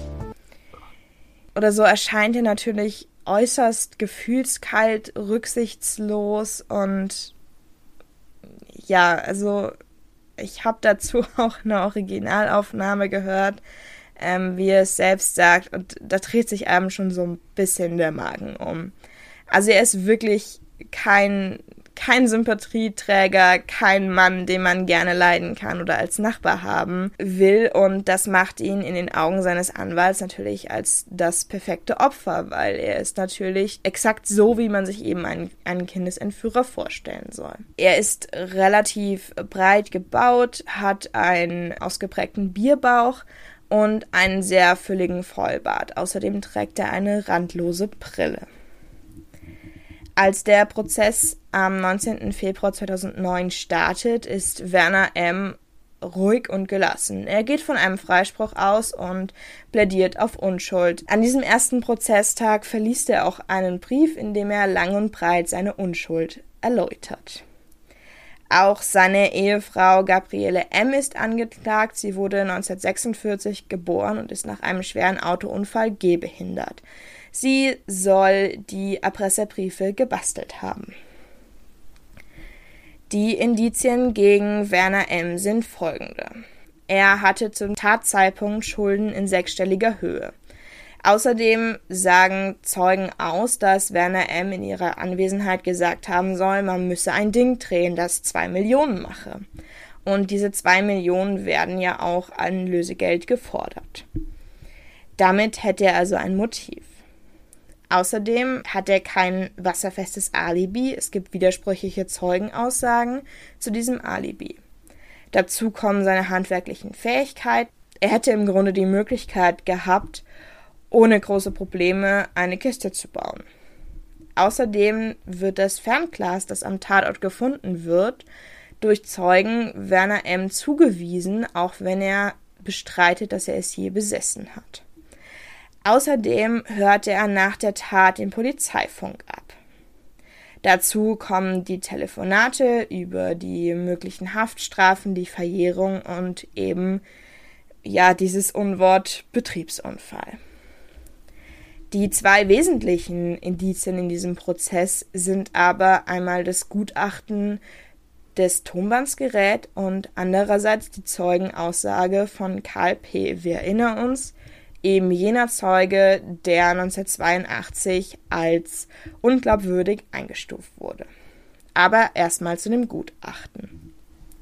Speaker 1: Oder so erscheint er natürlich äußerst gefühlskalt, rücksichtslos und ja, also ich habe dazu auch eine Originalaufnahme gehört, wie er es selbst sagt, und da dreht sich einem schon so ein bisschen der Magen um. Also er ist wirklich kein Sympathieträger, kein Mann, den man gerne leiden kann oder als Nachbar haben will, und das macht ihn in den Augen seines Anwalts natürlich als das perfekte Opfer, weil er ist natürlich exakt so, wie man sich eben einen Kindesentführer vorstellen soll. Er ist relativ breit gebaut, hat einen ausgeprägten Bierbauch und einen sehr fülligen Vollbart. Außerdem trägt er eine randlose Brille. Als der Prozess am 19. Februar 2009 startet, ist Werner M. ruhig und gelassen. Er geht von einem Freispruch aus und plädiert auf Unschuld. An diesem ersten Prozesstag verliest er auch einen Brief, in dem er lang und breit seine Unschuld erläutert. Auch seine Ehefrau Gabriele M. ist angeklagt. Sie wurde 1946 geboren und ist nach einem schweren Autounfall gehbehindert. Sie soll die Erpresserbriefe gebastelt haben. Die Indizien gegen Werner M. sind folgende. Er hatte zum Tatzeitpunkt Schulden in sechsstelliger Höhe. Außerdem sagen Zeugen aus, dass Werner M. in ihrer Anwesenheit gesagt haben soll, man müsse ein Ding drehen, das 2 Millionen mache. Und diese 2 Millionen werden ja auch an Lösegeld gefordert. Damit hätte er also ein Motiv. Außerdem hat er kein wasserfestes Alibi. Es gibt widersprüchliche Zeugenaussagen zu diesem Alibi. Dazu kommen seine handwerklichen Fähigkeiten. Er hätte im Grunde die Möglichkeit gehabt, ohne große Probleme eine Kiste zu bauen. Außerdem wird das Fernglas, das am Tatort gefunden wird, durch Zeugen Werner M. zugewiesen, auch wenn er bestreitet, dass er es je besessen hat. Außerdem hörte er nach der Tat den Polizeifunk ab. Dazu kommen die Telefonate über die möglichen Haftstrafen, die Verjährung und eben, dieses Unwort Betriebsunfall. Die 2 wesentlichen Indizien in diesem Prozess sind aber einmal das Gutachten des Tonbandsgerät und andererseits die Zeugenaussage von Karl P. Wir erinnern uns, eben jener Zeuge, der 1982 als unglaubwürdig eingestuft wurde. Aber erstmal zu dem Gutachten.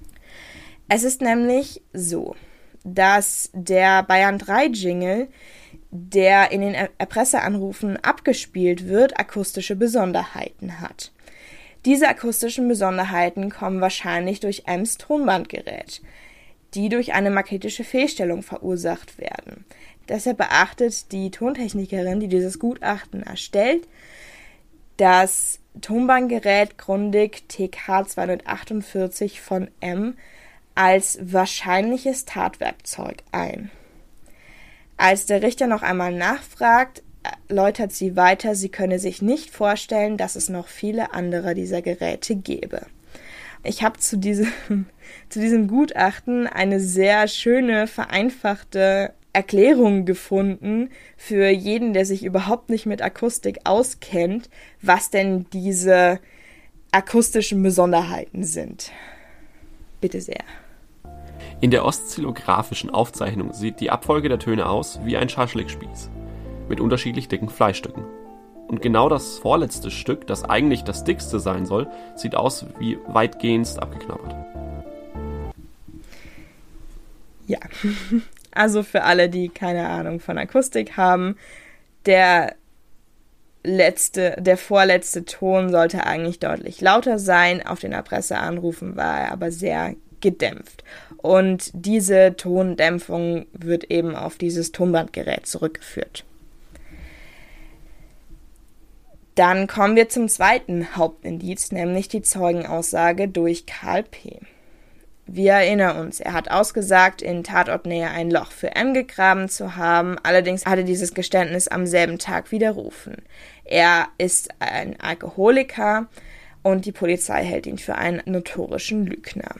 Speaker 1: Es ist nämlich so, dass der Bayern 3 Jingle, der in den Erpresseranrufen abgespielt wird, akustische Besonderheiten hat. Diese akustischen Besonderheiten kommen wahrscheinlich durch M's Tonbandgerät, die durch eine magnetische Fehlstellung verursacht werden. Deshalb beachtet die Tontechnikerin, die dieses Gutachten erstellt, das Tonbandgerät Grundig TK 248 von M als wahrscheinliches Tatwerkzeug ein. Als der Richter noch einmal nachfragt, erläutert sie weiter, sie könne sich nicht vorstellen, dass es noch viele andere dieser Geräte gäbe. Ich habe zu diesem Gutachten eine sehr schöne, vereinfachte Erklärung gefunden für jeden, der sich überhaupt nicht mit Akustik auskennt, was denn diese akustischen Besonderheiten sind. Bitte sehr.
Speaker 2: In der oszillographischen Aufzeichnung sieht die Abfolge der Töne aus wie ein Schaschlikspieß mit unterschiedlich dicken Fleischstücken. Und genau das vorletzte Stück, das eigentlich das dickste sein soll, sieht aus wie weitgehend abgeknabbert.
Speaker 1: Ja, also für alle, die keine Ahnung von Akustik haben, der vorletzte Ton sollte eigentlich deutlich lauter sein. Auf den Erpresseranrufen war er aber sehr gedämpft. Und diese Tondämpfung wird eben auf dieses Tonbandgerät zurückgeführt. Dann kommen wir zum zweiten Hauptindiz, nämlich die Zeugenaussage durch Karl P. Wir erinnern uns, er hat ausgesagt, in Tatortnähe ein Loch für M gegraben zu haben, allerdings hat er dieses Geständnis am selben Tag widerrufen. Er ist ein Alkoholiker und die Polizei hält ihn für einen notorischen Lügner.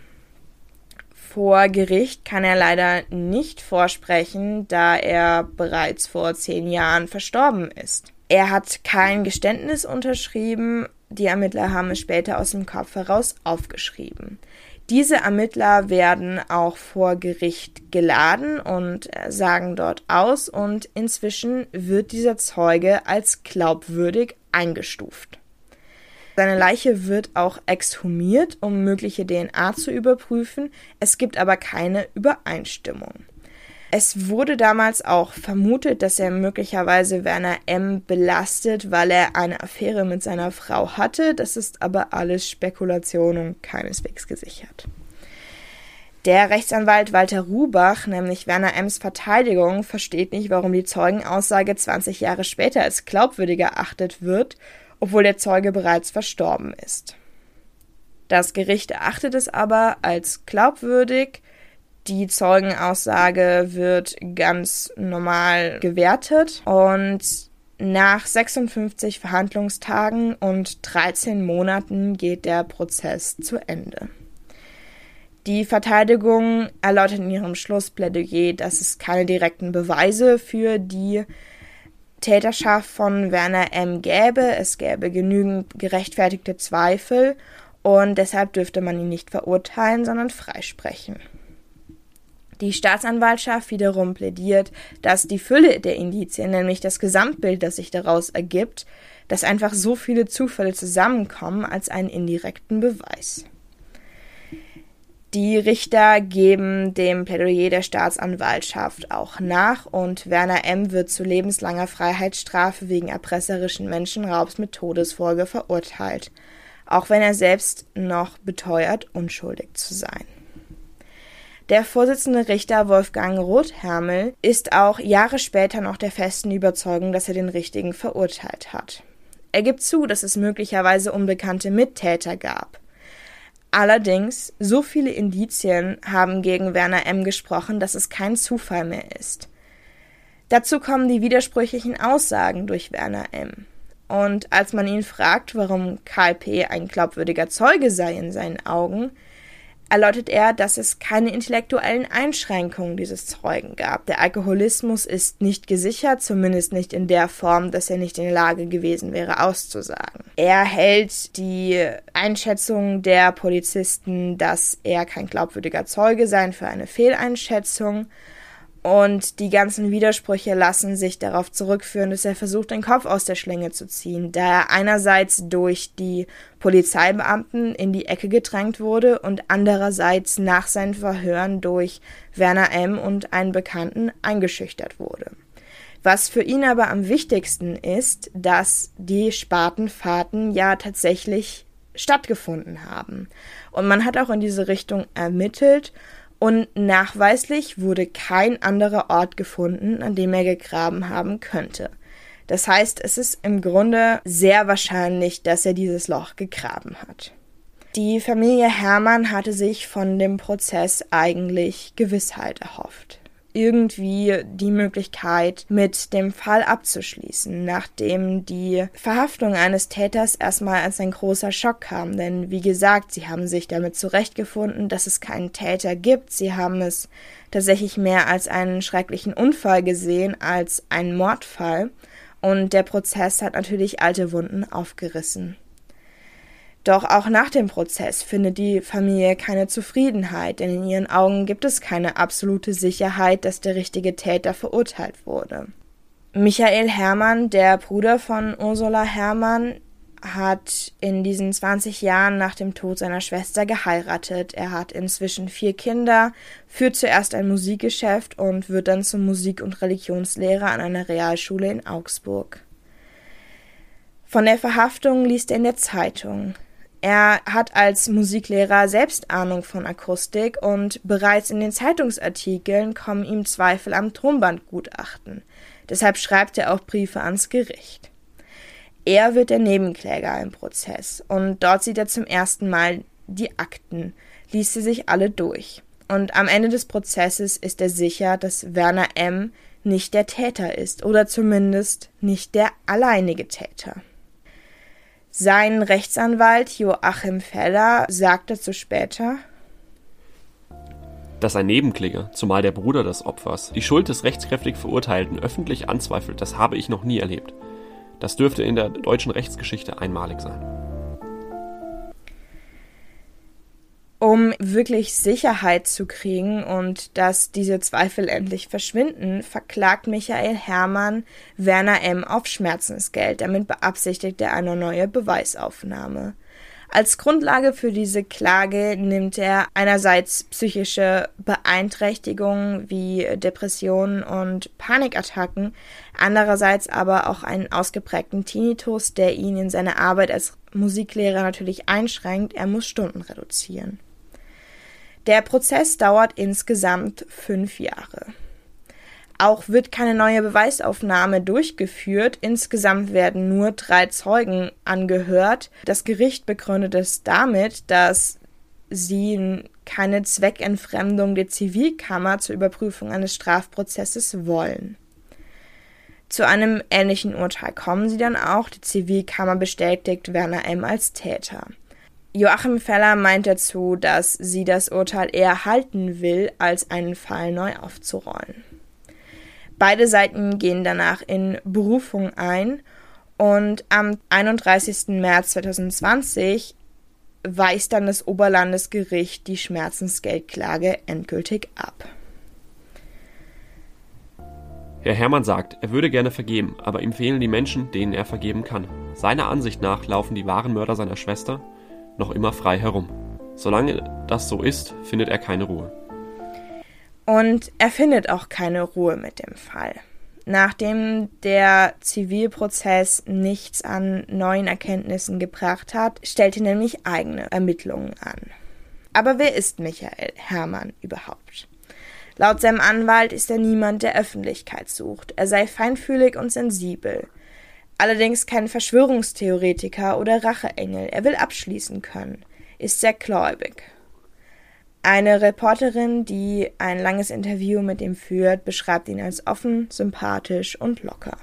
Speaker 1: Vor Gericht kann er leider nicht vorsprechen, da er bereits vor 10 Jahren verstorben ist. Er hat kein Geständnis unterschrieben, die Ermittler haben es später aus dem Kopf heraus aufgeschrieben. Diese Ermittler werden auch vor Gericht geladen und sagen dort aus und inzwischen wird dieser Zeuge als glaubwürdig eingestuft. Seine Leiche wird auch exhumiert, um mögliche DNA zu überprüfen. Es gibt aber keine Übereinstimmung. Es wurde damals auch vermutet, dass er möglicherweise Werner M. belastet, weil er eine Affäre mit seiner Frau hatte. Das ist aber alles Spekulation und keineswegs gesichert. Der Rechtsanwalt Walter Rubach, nämlich Werner M.'s Verteidigung, versteht nicht, warum die Zeugenaussage 20 Jahre später als glaubwürdig erachtet wird, obwohl der Zeuge bereits verstorben ist. Das Gericht erachtet es aber als glaubwürdig. Die Zeugenaussage wird ganz normal gewertet und nach 56 Verhandlungstagen und 13 Monaten geht der Prozess zu Ende. Die Verteidigung erläutert in ihrem Schlussplädoyer, dass es keine direkten Beweise für die Täterschaft von Werner M. gäbe. Es gäbe genügend gerechtfertigte Zweifel und deshalb dürfte man ihn nicht verurteilen, sondern freisprechen. Die Staatsanwaltschaft wiederum plädiert, dass die Fülle der Indizien, nämlich das Gesamtbild, das sich daraus ergibt, dass einfach so viele Zufälle zusammenkommen, als einen indirekten Beweis. Die Richter geben dem Plädoyer der Staatsanwaltschaft auch nach und Werner M. wird zu lebenslanger Freiheitsstrafe wegen erpresserischen Menschenraubs mit Todesfolge verurteilt, auch wenn er selbst noch beteuert, unschuldig zu sein. Der Vorsitzende Richter Wolfgang Rothermel ist auch Jahre später noch der festen Überzeugung, dass er den Richtigen verurteilt hat. Er gibt zu, dass es möglicherweise unbekannte Mittäter gab. Allerdings, so viele Indizien haben gegen Werner M. gesprochen, dass es kein Zufall mehr ist. Dazu kommen die widersprüchlichen Aussagen durch Werner M. Und als man ihn fragt, warum Karl P. ein glaubwürdiger Zeuge sei in seinen Augen, erläutert er, dass es keine intellektuellen Einschränkungen dieses Zeugen gab. Der Alkoholismus ist nicht gesichert, zumindest nicht in der Form, dass er nicht in der Lage gewesen wäre, auszusagen. Er hält die Einschätzung der Polizisten, dass er kein glaubwürdiger Zeuge sei, für eine Fehleinschätzung. Und die ganzen Widersprüche lassen sich darauf zurückführen, dass er versucht, den Kopf aus der Schlinge zu ziehen, da er einerseits durch die Polizeibeamten in die Ecke gedrängt wurde und andererseits nach seinen Verhören durch Werner M. und einen Bekannten eingeschüchtert wurde. Was für ihn aber am wichtigsten ist, dass die Spatenfahrten ja tatsächlich stattgefunden haben. Und man hat auch in diese Richtung ermittelt. Und nachweislich wurde kein anderer Ort gefunden, an dem er gegraben haben könnte. Das heißt, es ist im Grunde sehr wahrscheinlich, dass er dieses Loch gegraben hat. Die Familie Herrmann hatte sich von dem Prozess eigentlich Gewissheit erhofft. Irgendwie die Möglichkeit, mit dem Fall abzuschließen, nachdem die Verhaftung eines Täters erstmal als ein großer Schock kam. Denn wie gesagt, sie haben sich damit zurechtgefunden, dass es keinen Täter gibt. Sie haben es tatsächlich mehr als einen schrecklichen Unfall gesehen, als einen Mordfall. Und der Prozess hat natürlich alte Wunden aufgerissen. Doch auch nach dem Prozess findet die Familie keine Zufriedenheit, denn in ihren Augen gibt es keine absolute Sicherheit, dass der richtige Täter verurteilt wurde. Michael Herrmann, der Bruder von Ursula Herrmann, hat in diesen 20 Jahren nach dem Tod seiner Schwester geheiratet. Er hat inzwischen 4 Kinder, führt zuerst ein Musikgeschäft und wird dann zum Musik- und Religionslehrer an einer Realschule in Augsburg. Von der Verhaftung liest er in der Zeitung. Er hat als Musiklehrer selbst Ahnung von Akustik und bereits in den Zeitungsartikeln kommen ihm Zweifel am Tonbandgutachten. Deshalb schreibt er auch Briefe ans Gericht. Er wird der Nebenkläger im Prozess und dort sieht er zum ersten Mal die Akten, liest sie sich alle durch. Und am Ende des Prozesses ist er sicher, dass Werner M. nicht der Täter ist oder zumindest nicht der alleinige Täter. Sein Rechtsanwalt Joachim Feller sagt dazu später:
Speaker 2: Dass ein Nebenkläger, zumal der Bruder des Opfers, die Schuld des rechtskräftig Verurteilten öffentlich anzweifelt, das habe ich noch nie erlebt. Das dürfte in der deutschen Rechtsgeschichte einmalig sein.
Speaker 1: Um wirklich Sicherheit zu kriegen und dass diese Zweifel endlich verschwinden, verklagt Michael Herrmann Werner M. auf Schmerzensgeld. Damit beabsichtigt er eine neue Beweisaufnahme. Als Grundlage für diese Klage nimmt er einerseits psychische Beeinträchtigungen wie Depressionen und Panikattacken, andererseits aber auch einen ausgeprägten Tinnitus, der ihn in seiner Arbeit als Musiklehrer natürlich einschränkt. Er muss Stunden reduzieren. Der Prozess dauert insgesamt 5 Jahre. Auch wird keine neue Beweisaufnahme durchgeführt. Insgesamt werden nur 3 Zeugen angehört. Das Gericht begründet es damit, dass sie keine Zweckentfremdung der Zivilkammer zur Überprüfung eines Strafprozesses wollen. Zu einem ähnlichen Urteil kommen sie dann auch. Die Zivilkammer bestätigt Werner M. als Täter. Joachim Feller meint dazu, dass sie das Urteil eher halten will, als einen Fall neu aufzurollen. Beide Seiten gehen danach in Berufung ein und am 31. März 2020 weist dann das Oberlandesgericht die Schmerzensgeldklage endgültig ab.
Speaker 2: Herr Herrmann sagt, er würde gerne vergeben, aber ihm fehlen die Menschen, denen er vergeben kann. Seiner Ansicht nach laufen die wahren Mörder seiner Schwester noch immer frei herum. Solange das so ist, findet er keine Ruhe.
Speaker 1: Und er findet auch keine Ruhe mit dem Fall. Nachdem der Zivilprozess nichts an neuen Erkenntnissen gebracht hat, stellt er nämlich eigene Ermittlungen an. Aber wer ist Michael Herrmann überhaupt? Laut seinem Anwalt ist er niemand, der Öffentlichkeit sucht. Er sei feinfühlig und sensibel. Allerdings kein Verschwörungstheoretiker oder Racheengel. Er will abschließen können, ist sehr gläubig. Eine Reporterin, die ein langes Interview mit ihm führt, beschreibt ihn als offen, sympathisch und locker.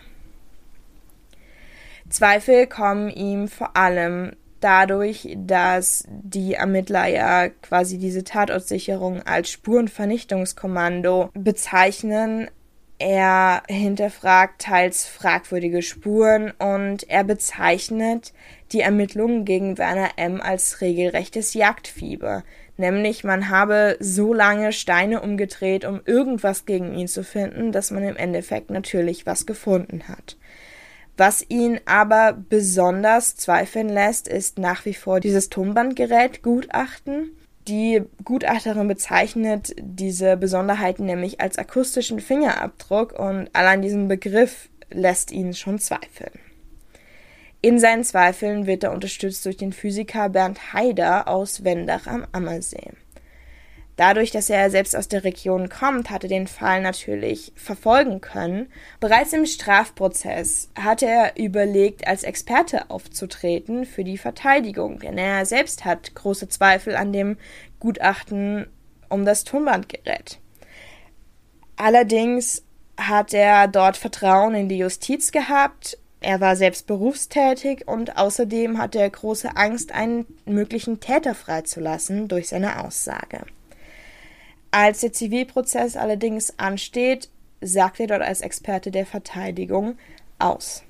Speaker 1: Zweifel kommen ihm vor allem dadurch, dass die Ermittler ja quasi diese Tatortsicherung als Spurenvernichtungskommando bezeichnen. Er hinterfragt teils fragwürdige Spuren und er bezeichnet die Ermittlungen gegen Werner M. als regelrechtes Jagdfieber. Nämlich, man habe so lange Steine umgedreht, um irgendwas gegen ihn zu finden, dass man im Endeffekt natürlich was gefunden hat. Was ihn aber besonders zweifeln lässt, ist nach wie vor dieses Tonbandgerät-Gutachten. Die Gutachterin bezeichnet diese Besonderheiten nämlich als akustischen Fingerabdruck und allein diesen Begriff lässt ihn schon zweifeln. In seinen Zweifeln wird er unterstützt durch den Physiker Bernd Haider aus Wendach am Ammersee. Dadurch, dass er selbst aus der Region kommt, hat er den Fall natürlich verfolgen können. Bereits im Strafprozess hatte er überlegt, als Experte aufzutreten für die Verteidigung, denn er selbst hat große Zweifel an dem Gutachten um das Tonbandgerät. Allerdings hat er dort Vertrauen in die Justiz gehabt. Er war selbst berufstätig und außerdem hatte er große Angst, einen möglichen Täter freizulassen durch seine Aussage. Als der Zivilprozess allerdings ansteht, sagt er dort als Experte der Verteidigung aus.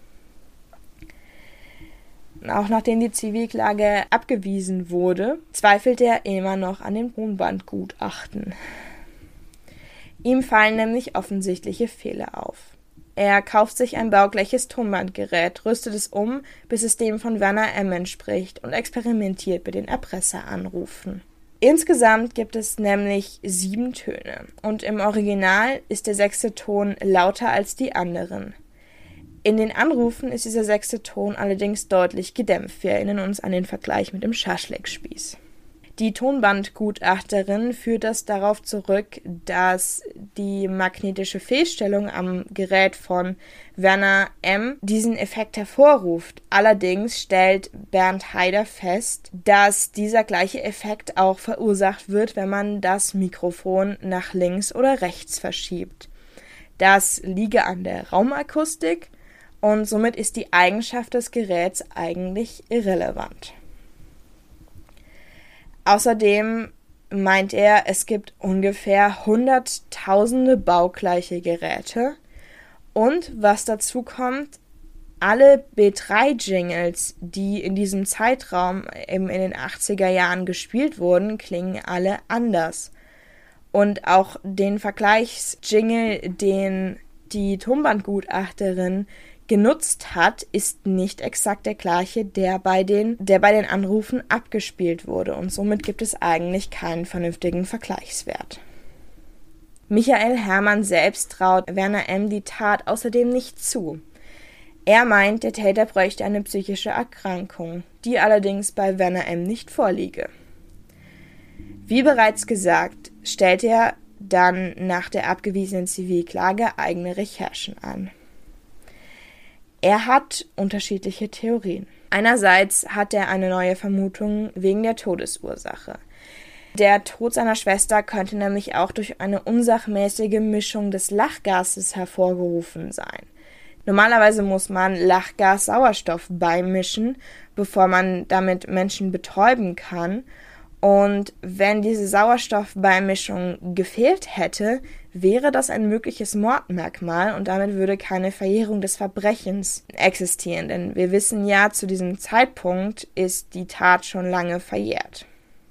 Speaker 1: Auch nachdem die Zivilklage abgewiesen wurde, zweifelt er immer noch an dem Tonbandgutachten. Ihm fallen nämlich offensichtliche Fehler auf. Er kauft sich ein baugleiches Tonbandgerät, rüstet es um, bis es dem von Werner M. entspricht und experimentiert mit den Erpresseranrufen. Insgesamt gibt es nämlich 7 Töne und im Original ist der 6. Ton lauter als die anderen. In den Anrufen ist dieser 6. Ton allerdings deutlich gedämpft. Wir erinnern uns an den Vergleich mit dem Schaschlikspieß. Die Tonbandgutachterin führt das darauf zurück, dass die magnetische Fehlstellung am Gerät von Werner M. diesen Effekt hervorruft. Allerdings stellt Bernd Haider fest, dass dieser gleiche Effekt auch verursacht wird, wenn man das Mikrofon nach links oder rechts verschiebt. Das liege an der Raumakustik und somit ist die Eigenschaft des Geräts eigentlich irrelevant. Außerdem meint er, es gibt ungefähr hunderttausende baugleiche Geräte und was dazu kommt, alle B3-Jingles, die in diesem Zeitraum eben in den 80er Jahren gespielt wurden, klingen alle anders. Und auch den Vergleichsjingle, den die Tonbandgutachterin genutzt hat, ist nicht exakt der gleiche, der bei den Anrufen abgespielt wurde und somit gibt es eigentlich keinen vernünftigen Vergleichswert. Michael Herrmann selbst traut Werner M. die Tat außerdem nicht zu. Er meint, der Täter bräuchte eine psychische Erkrankung, die allerdings bei Werner M. nicht vorliege. Wie bereits gesagt, stellt er dann nach der abgewiesenen Zivilklage eigene Recherchen an. Er hat unterschiedliche Theorien. Einerseits hat er eine neue Vermutung wegen der Todesursache. Der Tod seiner Schwester könnte nämlich auch durch eine unsachmäßige Mischung des Lachgases hervorgerufen sein. Normalerweise muss man Lachgas-Sauerstoff beimischen, bevor man damit Menschen betäuben kann. Und wenn diese Sauerstoffbeimischung gefehlt hätte, wäre das ein mögliches Mordmerkmal und damit würde keine Verjährung des Verbrechens existieren. Denn wir wissen ja, zu diesem Zeitpunkt ist die Tat schon lange verjährt.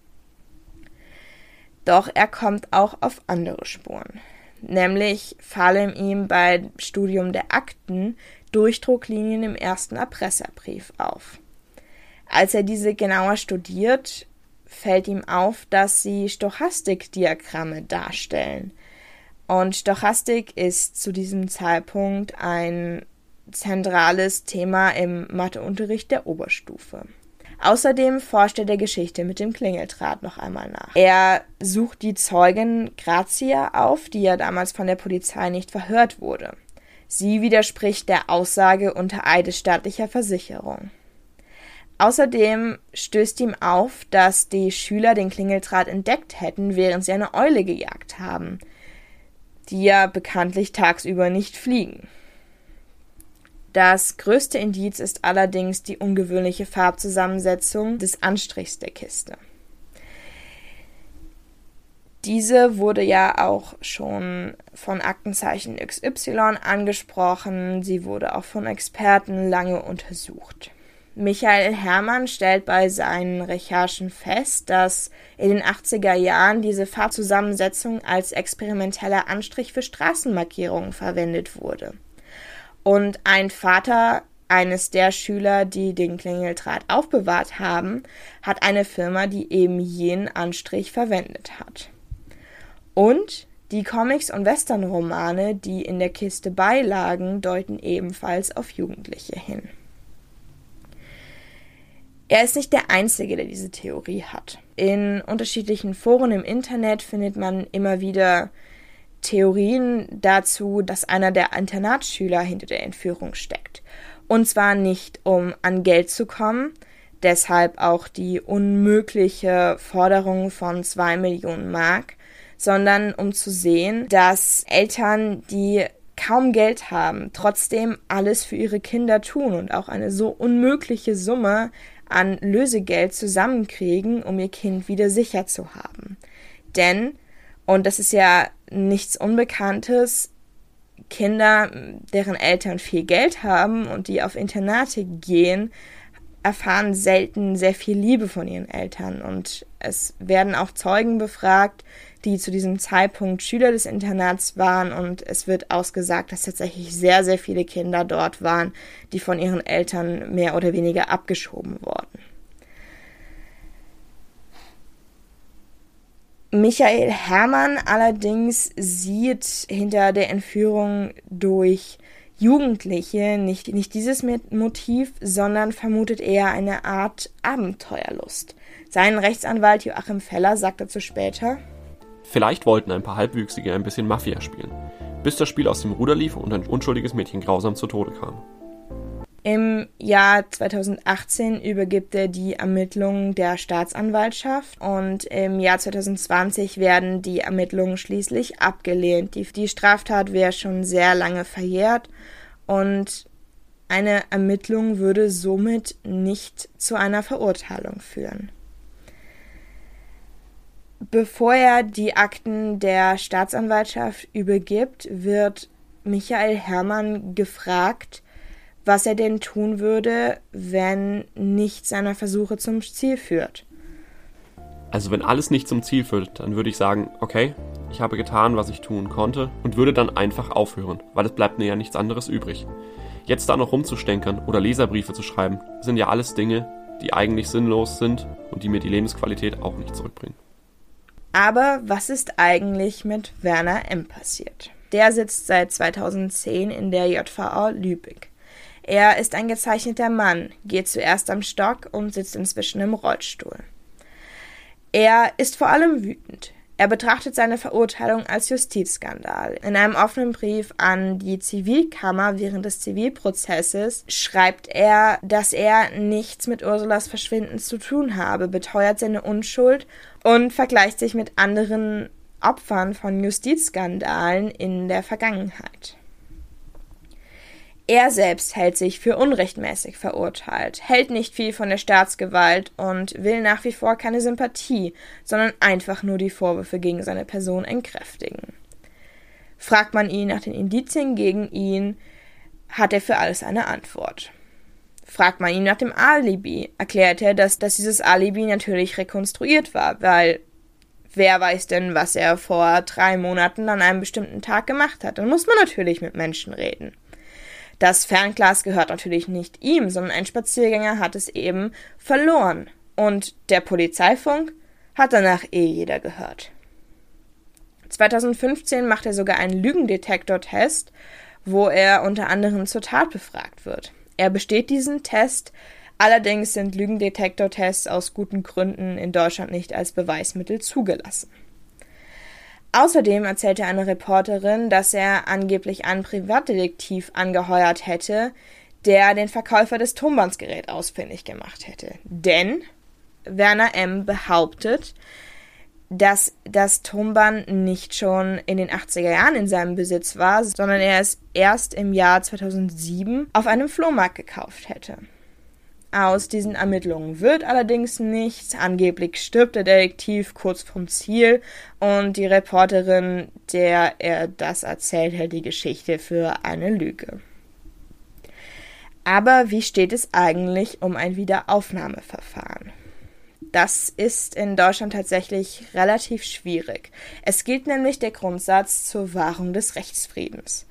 Speaker 1: Doch er kommt auch auf andere Spuren. Nämlich fallen ihm beim Studium der Akten Durchdrucklinien im ersten Erpresserbrief auf. Als er diese genauer studiert, fällt ihm auf, dass sie Stochastikdiagramme darstellen. Und Stochastik ist zu diesem Zeitpunkt ein zentrales Thema im Matheunterricht der Oberstufe. Außerdem forscht er der Geschichte mit dem Klingeldraht noch einmal nach. Er sucht die Zeugin Grazia auf, die ja damals von der Polizei nicht verhört wurde. Sie widerspricht der Aussage unter eidesstattlicher Versicherung. Außerdem stößt ihm auf, dass die Schüler den Klingeldraht entdeckt hätten, während sie eine Eule gejagt haben, die ja bekanntlich tagsüber nicht fliegen. Das größte Indiz ist allerdings die ungewöhnliche Farbzusammensetzung des Anstrichs der Kiste. Diese wurde ja auch schon von Aktenzeichen XY angesprochen, sie wurde auch von Experten lange untersucht. Michael Herrmann stellt bei seinen Recherchen fest, dass in den 80er Jahren diese Farbzusammensetzung als experimenteller Anstrich für Straßenmarkierungen verwendet wurde. Und ein Vater eines der Schüler, die den Klingeldraht aufbewahrt haben, hat eine Firma, die eben jenen Anstrich verwendet hat. Und die Comics und Westernromane, die in der Kiste beilagen, deuten ebenfalls auf Jugendliche hin. Er ist nicht der Einzige, der diese Theorie hat. In unterschiedlichen Foren im Internet findet man immer wieder Theorien dazu, dass einer der Internatsschüler hinter der Entführung steckt. Und zwar nicht, um an Geld zu kommen, deshalb auch die unmögliche Forderung von 2 Millionen Mark, sondern um zu sehen, dass Eltern, die kaum Geld haben, trotzdem alles für ihre Kinder tun und auch eine so unmögliche Summe an Lösegeld zusammenkriegen, um ihr Kind wieder sicher zu haben. Denn, und das ist ja nichts Unbekanntes, Kinder, deren Eltern viel Geld haben und die auf Internate gehen, erfahren selten sehr viel Liebe von ihren Eltern. Und es werden auch Zeugen befragt, die zu diesem Zeitpunkt Schüler des Internats waren. Und es wird ausgesagt, dass tatsächlich sehr, sehr viele Kinder dort waren, die von ihren Eltern mehr oder weniger abgeschoben wurden. Michael Herrmann allerdings sieht hinter der Entführung durch Jugendliche nicht dieses Motiv, sondern vermutet eher eine Art Abenteuerlust. Sein Rechtsanwalt Joachim Feller sagt dazu später:
Speaker 2: Vielleicht wollten ein paar Halbwüchsige ein bisschen Mafia spielen, bis das Spiel aus dem Ruder lief und ein unschuldiges Mädchen grausam zu Tode kam.
Speaker 1: Im Jahr 2018 übergibt er die Ermittlungen der Staatsanwaltschaft und im Jahr 2020 werden die Ermittlungen schließlich abgelehnt. Die Straftat wäre schon sehr lange verjährt und eine Ermittlung würde somit nicht zu einer Verurteilung führen. Bevor er die Akten der Staatsanwaltschaft übergibt, wird Michael Herrmann gefragt, was er denn tun würde, wenn nichts seiner Versuche zum Ziel führt.
Speaker 2: Also wenn alles nicht zum Ziel führt, dann würde ich sagen, okay, ich habe getan, was ich tun konnte und würde dann einfach aufhören, weil es bleibt mir ja nichts anderes übrig. Jetzt da noch rumzustänkern oder Leserbriefe zu schreiben, sind ja alles Dinge, die eigentlich sinnlos sind und die mir die Lebensqualität auch nicht zurückbringen.
Speaker 1: Aber was ist eigentlich mit Werner M. passiert? Der sitzt seit 2010 in der JVA Lübeck. Er ist ein gezeichneter Mann, geht zuerst am Stock und sitzt inzwischen im Rollstuhl. Er ist vor allem wütend. Er betrachtet seine Verurteilung als Justizskandal. In einem offenen Brief an die Zivilkammer während des Zivilprozesses schreibt er, dass er nichts mit Ursulas Verschwinden zu tun habe, beteuert seine Unschuld und vergleicht sich mit anderen Opfern von Justizskandalen in der Vergangenheit. Er selbst hält sich für unrechtmäßig verurteilt, hält nicht viel von der Staatsgewalt und will nach wie vor keine Sympathie, sondern einfach nur die Vorwürfe gegen seine Person entkräftigen. Fragt man ihn nach den Indizien gegen ihn, hat er für alles eine Antwort. Fragt man ihn nach dem Alibi, erklärt er, dass dieses Alibi natürlich rekonstruiert war, weil wer weiß denn, was er vor 3 Monaten an einem bestimmten Tag gemacht hat. Dann muss man natürlich mit Menschen reden. Das Fernglas gehört natürlich nicht ihm, sondern ein Spaziergänger hat es eben verloren. Und der Polizeifunk hat danach jeder gehört. 2015 macht er sogar einen Lügendetektor-Test, wo er unter anderem zur Tat befragt wird. Er besteht diesen Test, allerdings sind Lügendetektor-Tests aus guten Gründen in Deutschland nicht als Beweismittel zugelassen. Außerdem erzählte eine Reporterin, dass er angeblich einen Privatdetektiv angeheuert hätte, der den Verkäufer des Tonbandsgeräts ausfindig gemacht hätte. Denn Werner M. behauptet, dass das Tonband nicht schon in den 80er Jahren in seinem Besitz war, sondern er es erst im Jahr 2007 auf einem Flohmarkt gekauft hätte. Aus diesen Ermittlungen wird allerdings nichts. Angeblich stirbt der Detektiv kurz vom Ziel und die Reporterin, der er das erzählt, hält die Geschichte für eine Lüge. Aber wie steht es eigentlich um ein Wiederaufnahmeverfahren? Das ist in Deutschland tatsächlich relativ schwierig. Es gilt nämlich der Grundsatz zur Wahrung des Rechtsfriedens.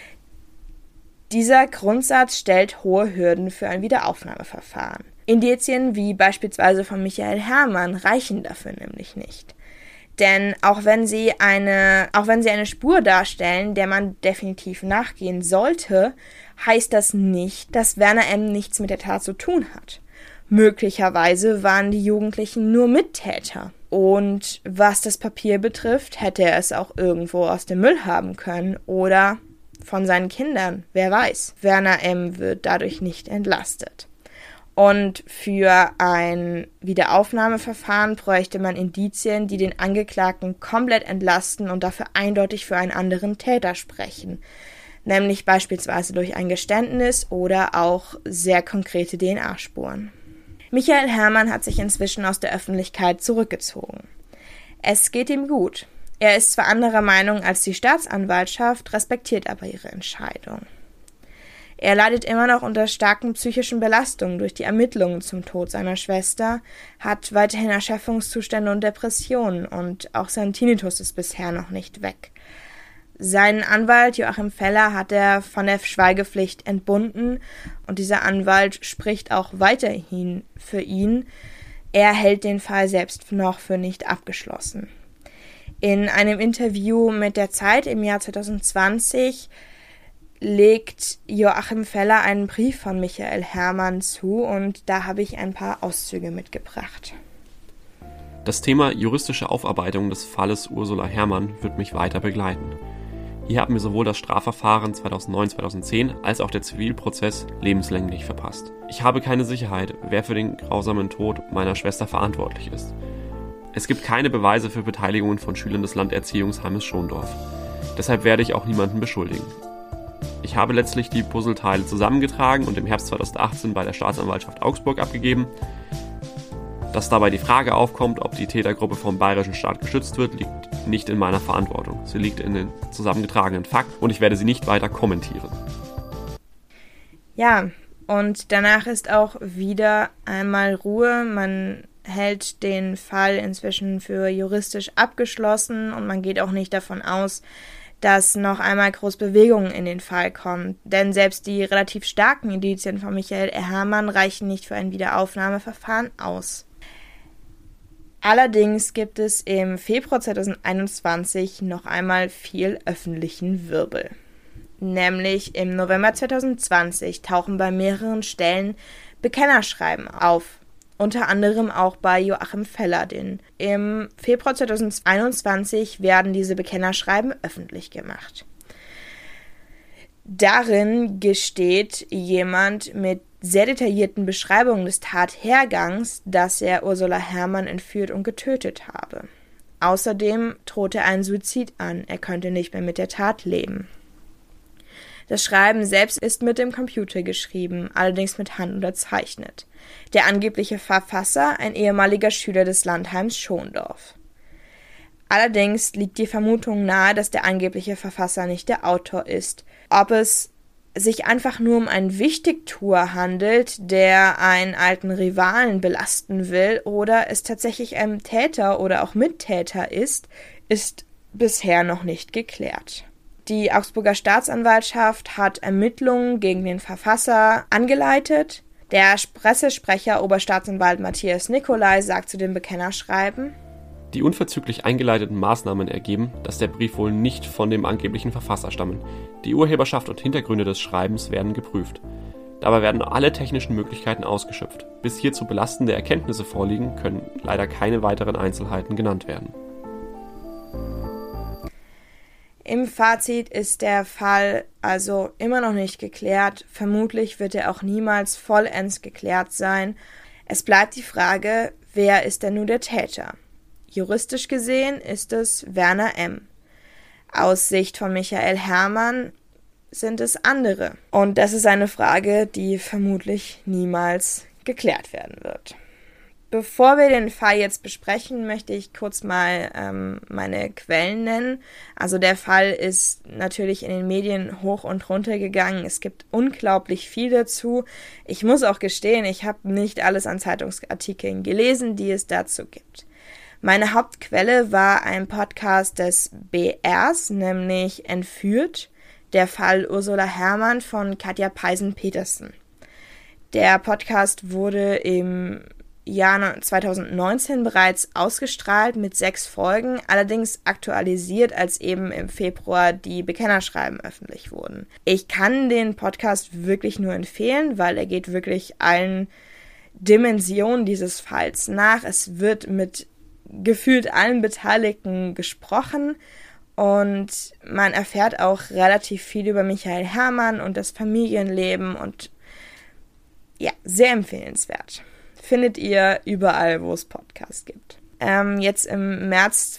Speaker 1: Dieser Grundsatz stellt hohe Hürden für ein Wiederaufnahmeverfahren. Indizien wie beispielsweise von Michael Herrmann reichen dafür nämlich nicht. Denn auch wenn sie eine Spur darstellen, der man definitiv nachgehen sollte, heißt das nicht, dass Werner M. nichts mit der Tat zu tun hat. Möglicherweise waren die Jugendlichen nur Mittäter. Und was das Papier betrifft, hätte er es auch irgendwo aus dem Müll haben können oder von seinen Kindern, wer weiß. Werner M. wird dadurch nicht entlastet. Und für ein Wiederaufnahmeverfahren bräuchte man Indizien, die den Angeklagten komplett entlasten und dafür eindeutig für einen anderen Täter sprechen. Nämlich beispielsweise durch ein Geständnis oder auch sehr konkrete DNA-Spuren. Michael Herrmann hat sich inzwischen aus der Öffentlichkeit zurückgezogen. Es geht ihm gut. Er ist zwar anderer Meinung als die Staatsanwaltschaft, respektiert aber ihre Entscheidung. Er leidet immer noch unter starken psychischen Belastungen durch die Ermittlungen zum Tod seiner Schwester, hat weiterhin Erschöpfungszustände und Depressionen und auch sein Tinnitus ist bisher noch nicht weg. Seinen Anwalt Joachim Feller hat er von der Schweigepflicht entbunden und dieser Anwalt spricht auch weiterhin für ihn. Er hält den Fall selbst noch für nicht abgeschlossen. In einem Interview mit der Zeit im Jahr 2020 legt Joachim Feller einen Brief von Michael Herrmann zu und da habe ich ein paar Auszüge mitgebracht.
Speaker 2: Das Thema juristische Aufarbeitung des Falles Ursula Herrmann wird mich weiter begleiten. Hier hat mir sowohl das Strafverfahren 2009-2010 als auch der Zivilprozess lebenslänglich verpasst. Ich habe keine Sicherheit, wer für den grausamen Tod meiner Schwester verantwortlich ist. Es gibt keine Beweise für Beteiligungen von Schülern des Landerziehungsheimes Schondorf. Deshalb werde ich auch niemanden beschuldigen. Ich habe letztlich die Puzzleteile zusammengetragen und im Herbst 2018 bei der Staatsanwaltschaft Augsburg abgegeben. Dass dabei die Frage aufkommt, ob die Tätergruppe vom bayerischen Staat geschützt wird, liegt nicht in meiner Verantwortung. Sie liegt in den zusammengetragenen Fakten und ich werde sie nicht weiter kommentieren.
Speaker 1: Ja, und danach ist auch wieder einmal Ruhe. Man hält den Fall inzwischen für juristisch abgeschlossen und man geht auch nicht davon aus, dass noch einmal groß Bewegungen in den Fall kommen. Denn selbst die relativ starken Indizien von Michael Herrmann reichen nicht für ein Wiederaufnahmeverfahren aus. Allerdings gibt es im Februar 2021 noch einmal viel öffentlichen Wirbel. Nämlich im November 2020 tauchen bei mehreren Stellen Bekennerschreiben auf. Unter anderem auch bei Joachim Feller. Im Februar 2021 werden diese Bekennerschreiben öffentlich gemacht. Darin gesteht jemand mit sehr detaillierten Beschreibungen des Tathergangs, dass er Ursula Herrmann entführt und getötet habe. Außerdem droht er einen Suizid an. Er könnte nicht mehr mit der Tat leben. Das Schreiben selbst ist mit dem Computer geschrieben, allerdings mit Hand unterzeichnet. Der angebliche Verfasser, ein ehemaliger Schüler des Landheims Schondorf. Allerdings liegt die Vermutung nahe, dass der angebliche Verfasser nicht der Autor ist. Ob es sich einfach nur um einen Wichtigtuer handelt, der einen alten Rivalen belasten will, oder es tatsächlich ein Täter oder auch Mittäter ist bisher noch nicht geklärt. Die Augsburger Staatsanwaltschaft hat Ermittlungen gegen den Verfasser angeleitet. Der Pressesprecher Oberstaatsanwalt Matthias Nicolai sagt zu dem Bekennerschreiben:
Speaker 2: Die unverzüglich eingeleiteten Maßnahmen ergeben, dass der Brief wohl nicht von dem angeblichen Verfasser stammen. Die Urheberschaft und Hintergründe des Schreibens werden geprüft. Dabei werden alle technischen Möglichkeiten ausgeschöpft. Bis hierzu belastende Erkenntnisse vorliegen, können leider keine weiteren Einzelheiten genannt werden.
Speaker 1: Im Fazit ist der Fall also immer noch nicht geklärt. Vermutlich wird er auch niemals vollends geklärt sein. Es bleibt die Frage, wer ist denn nun der Täter? Juristisch gesehen ist es Werner M. Aus Sicht von Michael Herrmann sind es andere. Und das ist eine Frage, die vermutlich niemals geklärt werden wird. Bevor wir den Fall jetzt besprechen, möchte ich kurz mal meine Quellen nennen. Also der Fall ist natürlich in den Medien hoch und runter gegangen. Es gibt unglaublich viel dazu. Ich muss auch gestehen, ich habe nicht alles an Zeitungsartikeln gelesen, die es dazu gibt. Meine Hauptquelle war ein Podcast des BRs, nämlich Entführt, der Fall Ursula Herrmann von Katja Peisen-Petersen. Der Podcast wurde im Jahr 2019 bereits ausgestrahlt mit 6 Folgen, allerdings aktualisiert, als eben im Februar die Bekennerschreiben öffentlich wurden. Ich kann den Podcast wirklich nur empfehlen, weil er geht wirklich allen Dimensionen dieses Falls nach. Es wird mit gefühlt allen Beteiligten gesprochen und man erfährt auch relativ viel über Michael Herrmann und das Familienleben und ja, sehr empfehlenswert. Findet ihr überall, wo es Podcasts gibt. Jetzt im März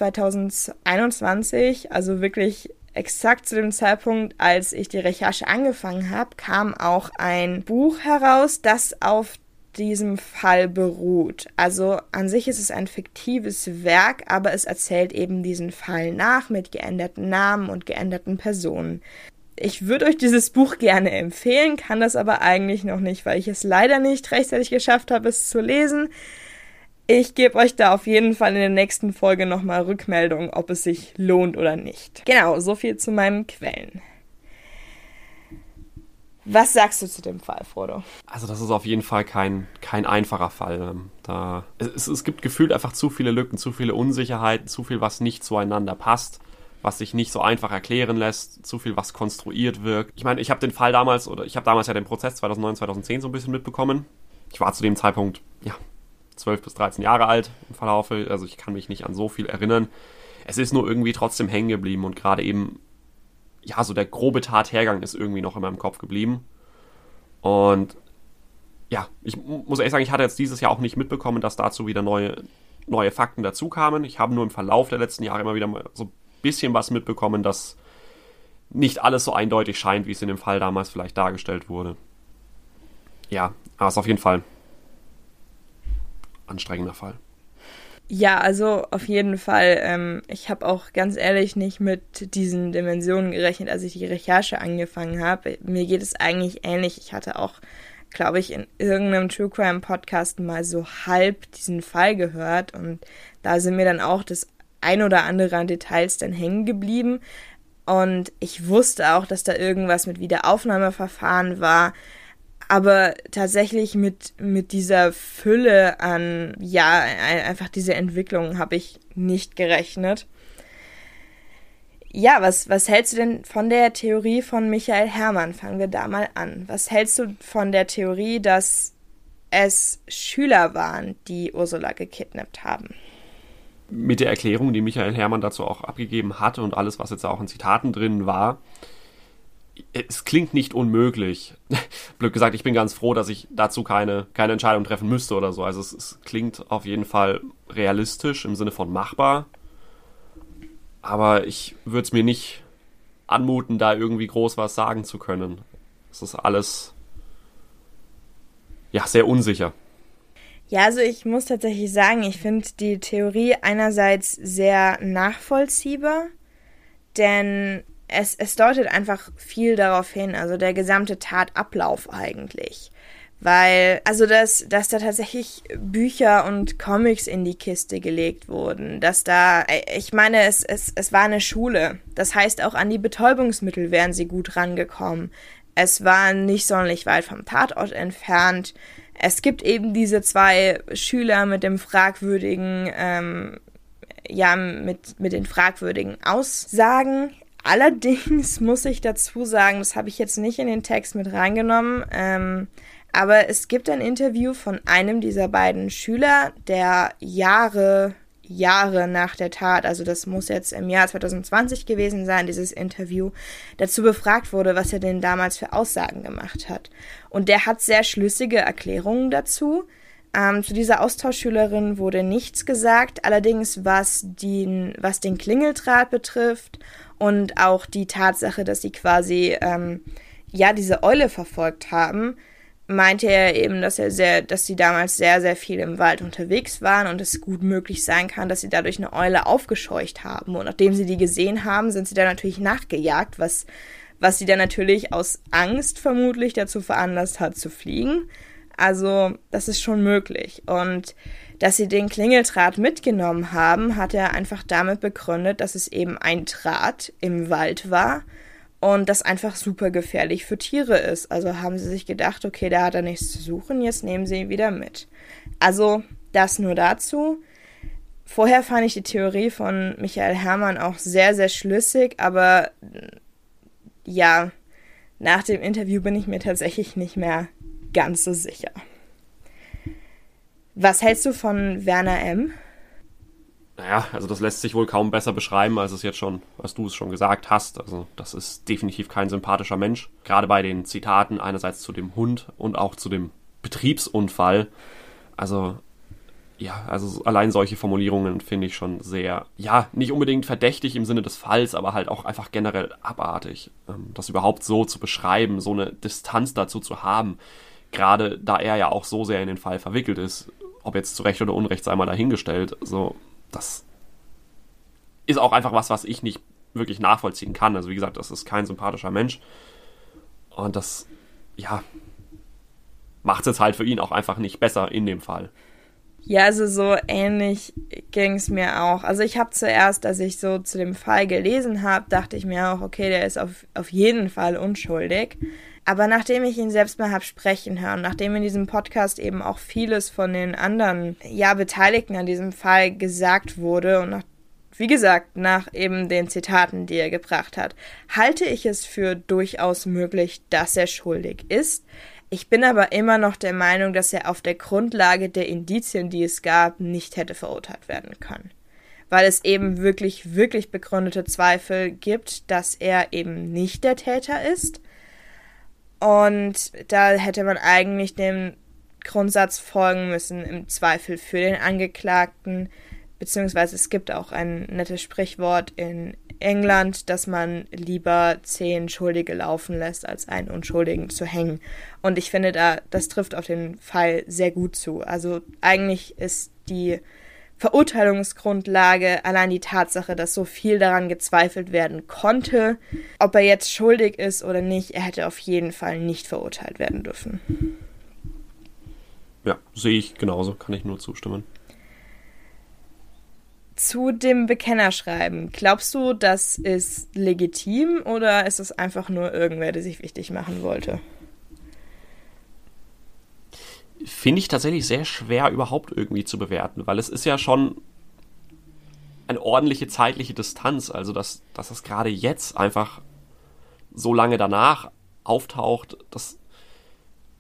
Speaker 1: 2021, also wirklich exakt zu dem Zeitpunkt, als ich die Recherche angefangen habe, kam auch ein Buch heraus, das auf diesem Fall beruht. Also an sich ist es ein fiktives Werk, aber es erzählt eben diesen Fall nach mit geänderten Namen und geänderten Personen. Ich würde euch dieses Buch gerne empfehlen, kann das aber eigentlich noch nicht, weil ich es leider nicht rechtzeitig geschafft habe, es zu lesen. Ich gebe euch da auf jeden Fall in der nächsten Folge nochmal Rückmeldung, ob es sich lohnt oder nicht. Genau, so viel zu meinen Quellen. Was sagst du zu dem Fall, Frodo?
Speaker 2: Also das ist auf jeden Fall kein einfacher Fall. Es gibt gefühlt einfach zu viele Lücken, zu viele Unsicherheiten, zu viel, was nicht zueinander passt, was sich nicht so einfach erklären lässt, zu viel, was konstruiert wirkt. Ich meine, ich habe damals ja den Prozess 2009, 2010 so ein bisschen mitbekommen. Ich war zu dem Zeitpunkt, 12 bis 13 Jahre alt im Verlaufe, also ich kann mich nicht an so viel erinnern. Es ist nur irgendwie trotzdem hängen geblieben und gerade eben, so der grobe Tathergang ist irgendwie noch in meinem Kopf geblieben. Und ich muss ehrlich sagen, ich hatte jetzt dieses Jahr auch nicht mitbekommen, dass dazu wieder neue Fakten dazu kamen. Ich habe nur im Verlauf der letzten Jahre immer wieder mal so bisschen was mitbekommen, dass nicht alles so eindeutig scheint, wie es in dem Fall damals vielleicht dargestellt wurde. Ja, aber es ist auf jeden Fall ein anstrengender Fall.
Speaker 1: Ja, also auf jeden Fall. Ich habe auch ganz ehrlich nicht mit diesen Dimensionen gerechnet, als ich die Recherche angefangen habe. Mir geht es eigentlich ähnlich. Ich hatte auch, glaube ich, in irgendeinem True Crime Podcast mal so halb diesen Fall gehört und da sind mir dann auch das ein oder andere an Details dann hängen geblieben und ich wusste auch, dass da irgendwas mit Wiederaufnahmeverfahren war, aber tatsächlich mit dieser Fülle an, einfach diese Entwicklung habe ich nicht gerechnet. Ja, was hältst du denn von der Theorie von Michael Herrmann? Fangen wir da mal an. Was hältst du von der Theorie, dass es Schüler waren, die Ursula gekidnappt haben.
Speaker 2: Mit der Erklärung, die Michael Herrmann dazu auch abgegeben hatte und alles, was jetzt auch in Zitaten drin war, es klingt nicht unmöglich. Blöd gesagt, ich bin ganz froh, dass ich dazu keine Entscheidung treffen müsste oder so. Also es klingt auf jeden Fall realistisch im Sinne von machbar. Aber ich würde es mir nicht anmuten, da irgendwie groß was sagen zu können. Es ist alles sehr unsicher.
Speaker 1: Ja, also ich muss tatsächlich sagen, ich finde die Theorie einerseits sehr nachvollziehbar, denn es deutet einfach viel darauf hin, also der gesamte Tatablauf eigentlich. Weil, also dass da tatsächlich Bücher und Comics in die Kiste gelegt wurden, ich meine, es war eine Schule. Das heißt, auch an die Betäubungsmittel wären sie gut rangekommen. Es war nicht sonderlich weit vom Tatort entfernt. Es gibt eben diese 2 Schüler mit dem fragwürdigen, mit den fragwürdigen Aussagen. Allerdings muss ich dazu sagen, das habe ich jetzt nicht in den Text mit reingenommen, aber es gibt ein Interview von einem dieser beiden Schüler, der Jahre nach der Tat, also das muss jetzt im Jahr 2020 gewesen sein, dieses Interview, dazu befragt wurde, was er denn damals für Aussagen gemacht hat. Und der hat sehr schlüssige Erklärungen dazu. Zu dieser Austauschschülerin wurde nichts gesagt, allerdings was den Klingeldraht betrifft und auch die Tatsache, dass sie quasi diese Eule verfolgt haben, meinte er eben, dass sie damals sehr, sehr viel im Wald unterwegs waren und es gut möglich sein kann, dass sie dadurch eine Eule aufgescheucht haben. Und nachdem sie die gesehen haben, sind sie da natürlich nachgejagt, was sie dann natürlich aus Angst vermutlich dazu veranlasst hat, zu fliegen. Also, das ist schon möglich. Und dass sie den Klingeldraht mitgenommen haben, hat er einfach damit begründet, dass es eben ein Draht im Wald war und das einfach super gefährlich für Tiere ist. Also haben sie sich gedacht, okay, da hat er nichts zu suchen, jetzt nehmen sie ihn wieder mit. Also, das nur dazu. Vorher fand ich die Theorie von Michael Herrmann auch sehr, sehr schlüssig, aber ja, nach dem Interview bin ich mir tatsächlich nicht mehr ganz so sicher. Was hältst du von Werner M.?
Speaker 2: Naja, also das lässt sich wohl kaum besser beschreiben, als du es schon gesagt hast. Also das ist definitiv kein sympathischer Mensch. Gerade bei den Zitaten einerseits zu dem Hund und auch zu dem Betriebsunfall. Also allein solche Formulierungen finde ich schon sehr, nicht unbedingt verdächtig im Sinne des Falls, aber halt auch einfach generell abartig. Das überhaupt so zu beschreiben, so eine Distanz dazu zu haben, gerade da er ja auch so sehr in den Fall verwickelt ist, ob jetzt zu Recht oder Unrecht sei mal dahingestellt, so, das ist auch einfach was ich nicht wirklich nachvollziehen kann. Also wie gesagt, das ist kein sympathischer Mensch und das, macht es jetzt halt für ihn auch einfach nicht besser in dem Fall.
Speaker 1: Ja, also so ähnlich ging es mir auch. Also ich habe zuerst, als ich so zu dem Fall gelesen habe, dachte ich mir auch, okay, der ist auf jeden Fall unschuldig. Aber nachdem ich ihn selbst mal habe sprechen hören, nachdem in diesem Podcast eben auch vieles von den anderen Beteiligten an diesem Fall gesagt wurde und wie gesagt, nach eben den Zitaten, die er gebracht hat, halte ich es für durchaus möglich, dass er schuldig ist. Ich bin aber immer noch der Meinung, dass er auf der Grundlage der Indizien, die es gab, nicht hätte verurteilt werden können. Weil es eben wirklich, wirklich begründete Zweifel gibt, dass er eben nicht der Täter ist. Und da hätte man eigentlich dem Grundsatz folgen müssen, im Zweifel für den Angeklagten, beziehungsweise es gibt auch ein nettes Sprichwort in England, dass man lieber 10 Schuldige laufen lässt, als einen Unschuldigen zu hängen. Und ich finde, das trifft auf den Fall sehr gut zu. Also eigentlich ist die Verurteilungsgrundlage allein die Tatsache, dass so viel daran gezweifelt werden konnte. Ob er jetzt schuldig ist oder nicht, er hätte auf jeden Fall nicht verurteilt werden dürfen.
Speaker 2: Ja, sehe ich genauso, kann ich nur zustimmen.
Speaker 1: Zu dem Bekennerschreiben, glaubst du, das ist legitim oder ist es einfach nur irgendwer, der sich wichtig machen wollte?
Speaker 2: Finde ich tatsächlich sehr schwer überhaupt irgendwie zu bewerten, weil es ist ja schon eine ordentliche zeitliche Distanz, also dass es gerade jetzt einfach so lange danach auftaucht, das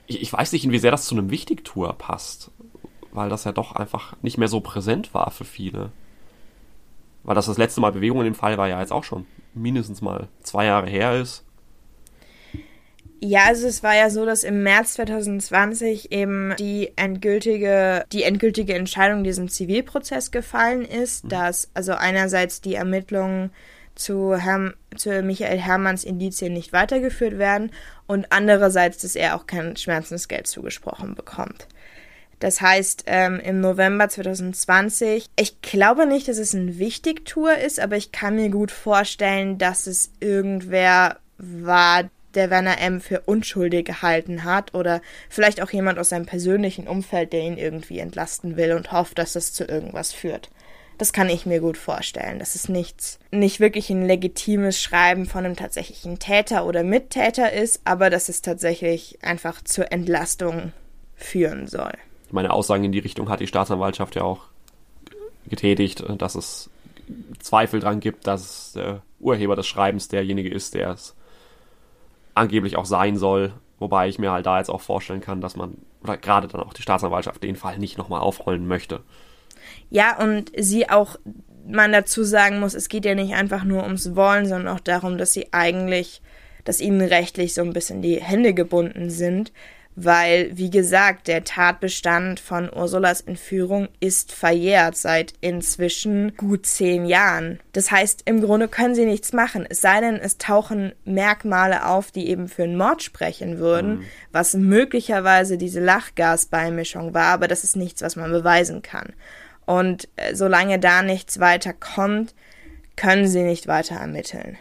Speaker 2: ich weiß nicht, inwiefern das zu einem Wichtigtour passt, weil das ja doch einfach nicht mehr so präsent war für viele. Weil das letzte Mal Bewegung in dem Fall war ja jetzt auch schon mindestens mal 2 Jahre her ist.
Speaker 1: Ja, also es war ja so, dass im März 2020 eben die endgültige Entscheidung in diesem Zivilprozess gefallen ist, dass also einerseits die Ermittlungen zu Michael Herrmanns Indizien nicht weitergeführt werden und andererseits, dass er auch kein Schmerzensgeld zugesprochen bekommt. Das heißt, im November 2020, ich glaube nicht, dass es ein Wichtigtour ist, aber ich kann mir gut vorstellen, dass es irgendwer war, der Werner M. für unschuldig gehalten hat oder vielleicht auch jemand aus seinem persönlichen Umfeld, der ihn irgendwie entlasten will und hofft, dass das zu irgendwas führt. Das kann ich mir gut vorstellen. Das ist nicht wirklich ein legitimes Schreiben von einem tatsächlichen Täter oder Mittäter ist, aber dass es tatsächlich einfach zur Entlastung führen soll.
Speaker 2: Meine Aussagen in die Richtung hat die Staatsanwaltschaft ja auch getätigt, dass es Zweifel dran gibt, dass der Urheber des Schreibens derjenige ist, der es angeblich auch sein soll, wobei ich mir halt da jetzt auch vorstellen kann, dass man, oder gerade dann auch die Staatsanwaltschaft, den Fall nicht nochmal aufrollen möchte.
Speaker 1: Ja, und man dazu sagen muss, es geht ja nicht einfach nur ums Wollen, sondern auch darum, dass ihnen rechtlich so ein bisschen die Hände gebunden sind, weil, wie gesagt, der Tatbestand von Ursulas Entführung ist verjährt seit inzwischen gut 10 Jahren. Das heißt, im Grunde können sie nichts machen, es sei denn, es tauchen Merkmale auf, die eben für einen Mord sprechen würden, was möglicherweise diese Lachgasbeimischung war, aber das ist nichts, was man beweisen kann. Und solange da nichts weiter kommt, können sie nicht weiter ermitteln.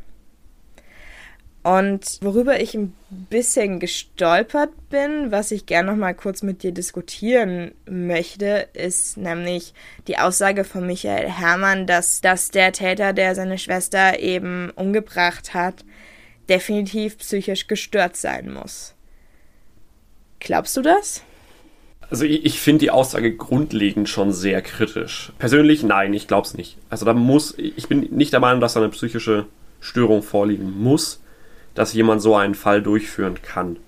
Speaker 1: Und worüber ich ein bisschen gestolpert bin, was ich gerne noch mal kurz mit dir diskutieren möchte, ist nämlich die Aussage von Michael Herrmann, dass der Täter, der seine Schwester eben umgebracht hat, definitiv psychisch gestört sein muss. Glaubst du das?
Speaker 2: Also ich finde die Aussage grundlegend schon sehr kritisch. Persönlich, nein, ich glaube es nicht. Also ich bin nicht der Meinung, dass da eine psychische Störung vorliegen muss, dass jemand so einen Fall durchführen kann.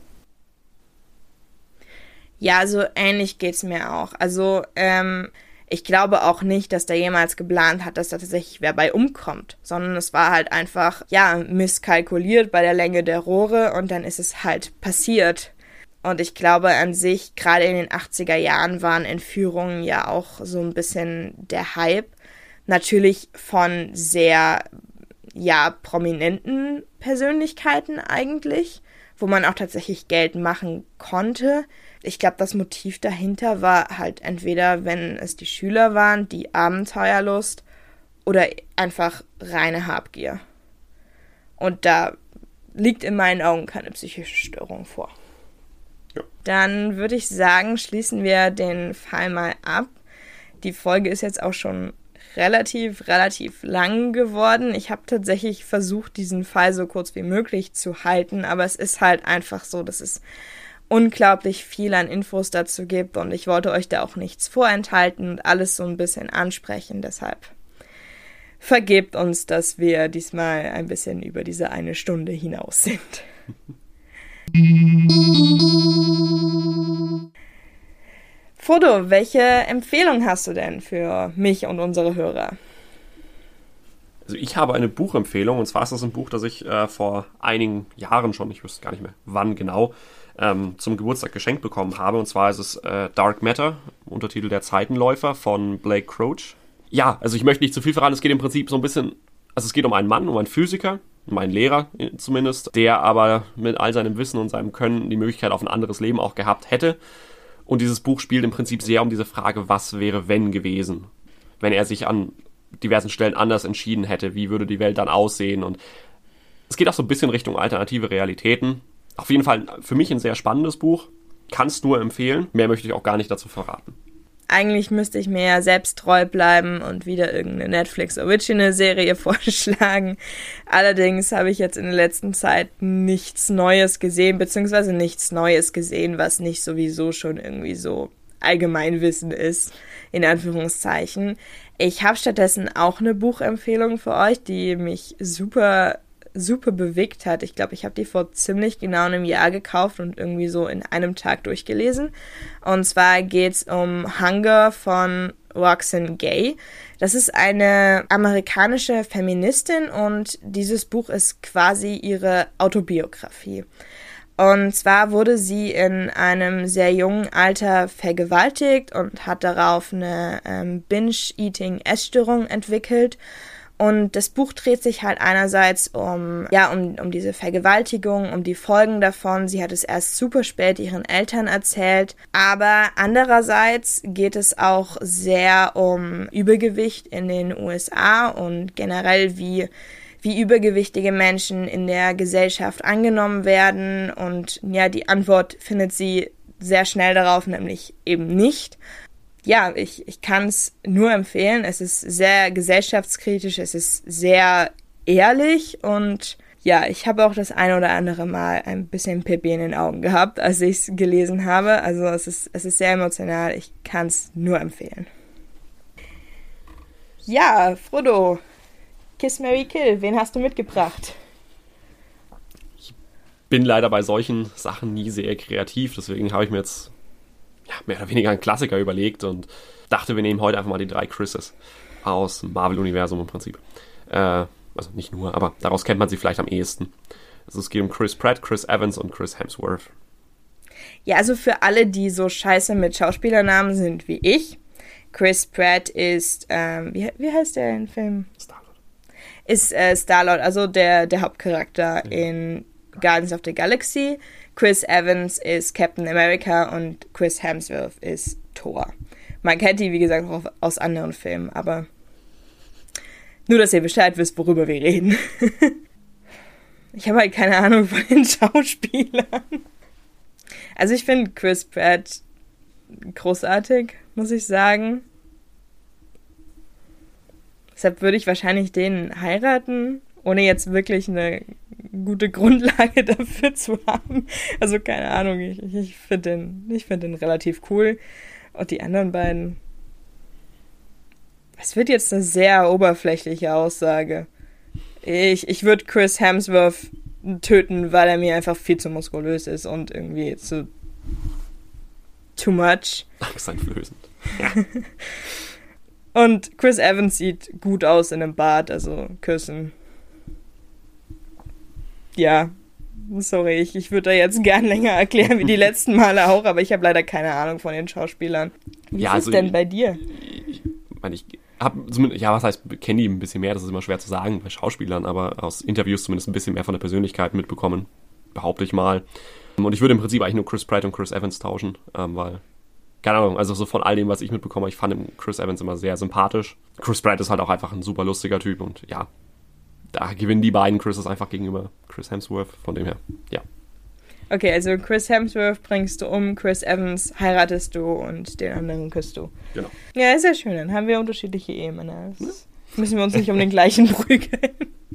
Speaker 1: Ja, so ähnlich geht's mir auch. Also, ich glaube auch nicht, dass der jemals geplant hat, dass da tatsächlich wer bei umkommt, sondern es war halt einfach, misskalkuliert bei der Länge der Rohre und dann ist es halt passiert. Und ich glaube an sich, gerade in den 80er Jahren waren Entführungen ja auch so ein bisschen der Hype. Natürlich von sehr prominenten Persönlichkeiten eigentlich, wo man auch tatsächlich Geld machen konnte. Ich glaube, das Motiv dahinter war halt entweder, wenn es die Schüler waren, die Abenteuerlust oder einfach reine Habgier. Und da liegt in meinen Augen keine psychische Störung vor. Ja. Dann würde ich sagen, schließen wir den Fall mal ab. Die Folge ist jetzt auch schon relativ lang geworden. Ich habe tatsächlich versucht, diesen Fall so kurz wie möglich zu halten, aber es ist halt einfach so, dass es unglaublich viel an Infos dazu gibt und ich wollte euch da auch nichts vorenthalten und alles so ein bisschen ansprechen, deshalb vergebt uns, dass wir diesmal ein bisschen über diese 1 Stunde hinaus sind. Frodo, welche Empfehlung hast du denn für mich und unsere Hörer?
Speaker 2: Also ich habe eine Buchempfehlung, und zwar ist das ein Buch, das ich vor einigen Jahren schon, ich wüsste gar nicht mehr wann genau, zum Geburtstag geschenkt bekommen habe. Und zwar ist es Dark Matter, Untertitel Der Zeitenläufer von Blake Crouch. Ja, also ich möchte nicht zu viel verraten, es geht im Prinzip so ein bisschen, also es geht um einen Mann, um einen Physiker, um einen Lehrer zumindest, der aber mit all seinem Wissen und seinem Können die Möglichkeit auf ein anderes Leben auch gehabt hätte. Und dieses Buch spielt im Prinzip sehr um diese Frage, was wäre wenn gewesen, wenn er sich an diversen Stellen anders entschieden hätte, wie würde die Welt dann aussehen. Und es geht auch so ein bisschen Richtung alternative Realitäten. Auf jeden Fall für mich ein sehr spannendes Buch, kann es nur empfehlen, mehr möchte ich auch gar nicht dazu verraten.
Speaker 1: Eigentlich müsste ich mir ja selbst treu bleiben und wieder irgendeine Netflix-Original-Serie vorschlagen. Allerdings habe ich jetzt in der letzten Zeit nichts Neues gesehen, beziehungsweise nichts Neues gesehen, was nicht sowieso schon irgendwie so Allgemeinwissen ist, in Anführungszeichen. Ich habe stattdessen auch eine Buchempfehlung für euch, die mich super super bewegt hat. Ich glaube, ich habe die vor ziemlich genau einem Jahr gekauft und irgendwie so in einem Tag durchgelesen. Und zwar geht's um Hunger von Roxane Gay. Das ist eine amerikanische Feministin und dieses Buch ist quasi ihre Autobiografie. Und zwar wurde sie in einem sehr jungen Alter vergewaltigt und hat darauf eine Binge-Eating-Essstörung entwickelt. Und das Buch dreht sich halt einerseits um diese Vergewaltigung, um die Folgen davon. Sie hat es erst super spät ihren Eltern erzählt. Aber andererseits geht es auch sehr um Übergewicht in den USA und generell wie übergewichtige Menschen in der Gesellschaft angenommen werden. Und ja, die Antwort findet sie sehr schnell darauf, nämlich eben nicht. Ja, ich kann es nur empfehlen. Es ist sehr gesellschaftskritisch, es ist sehr ehrlich und ja, ich habe auch das ein oder andere Mal ein bisschen Pipi in den Augen gehabt, als ich es gelesen habe. Also es ist sehr emotional. Ich kann es nur empfehlen. Ja, Frodo, Kiss, Marry, Kill. Wen hast du mitgebracht?
Speaker 2: Ich bin leider bei solchen Sachen nie sehr kreativ, deswegen habe ich mir jetzt mehr oder weniger einen Klassiker überlegt und dachte, wir nehmen heute einfach mal die 3 Chrises aus dem Marvel-Universum im Prinzip. Also nicht nur, aber daraus kennt man sie vielleicht am ehesten. Also es geht um Chris Pratt, Chris Evans und Chris Hemsworth.
Speaker 1: Ja, also für alle, die so scheiße mit Schauspielernamen sind wie ich, Chris Pratt ist, wie heißt der im Film?
Speaker 2: Star-Lord.
Speaker 1: Ist Star-Lord, also der Hauptcharakter in Guardians of the Galaxy. Chris Evans ist Captain America und Chris Hemsworth ist Thor. Man kennt die, wie gesagt, auch aus anderen Filmen, aber nur, dass ihr Bescheid wisst, worüber wir reden. Ich habe halt keine Ahnung von den Schauspielern. Also ich finde Chris Pratt großartig, muss ich sagen. Deshalb würde ich wahrscheinlich den heiraten, ohne jetzt wirklich eine gute Grundlage dafür zu haben. Also keine Ahnung, ich finde den relativ cool. Und die anderen beiden, es wird jetzt eine sehr oberflächliche Aussage. Ich würde Chris Hemsworth töten, weil er mir einfach viel zu muskulös ist und irgendwie too much.
Speaker 2: Angsteinflößend. Ja.
Speaker 1: Und Chris Evans sieht gut aus in einem Bart, also küssen. Ja, sorry, ich würde da jetzt gern länger erklären wie die letzten Male auch, aber ich habe leider keine Ahnung von den Schauspielern. Wie ist es denn bei dir?
Speaker 2: Ich meine, ich habe zumindest, was heißt, kenne die ein bisschen mehr, das ist immer schwer zu sagen bei Schauspielern, aber aus Interviews zumindest ein bisschen mehr von der Persönlichkeit mitbekommen, behaupte ich mal. Und ich würde im Prinzip eigentlich nur Chris Pratt und Chris Evans tauschen, weil, keine Ahnung, also so von all dem, was ich mitbekomme, ich fand Chris Evans immer sehr sympathisch. Chris Pratt ist halt auch einfach ein super lustiger Typ und ja, da gewinnen die beiden Chrises einfach gegenüber Chris Hemsworth, von dem her, ja.
Speaker 1: Okay, also Chris Hemsworth bringst du um, Chris Evans heiratest du und den anderen küsst du.
Speaker 2: Genau.
Speaker 1: Ja, ist ja schön, dann haben wir unterschiedliche Ehemänner. Müssen wir uns nicht um den gleichen prügeln.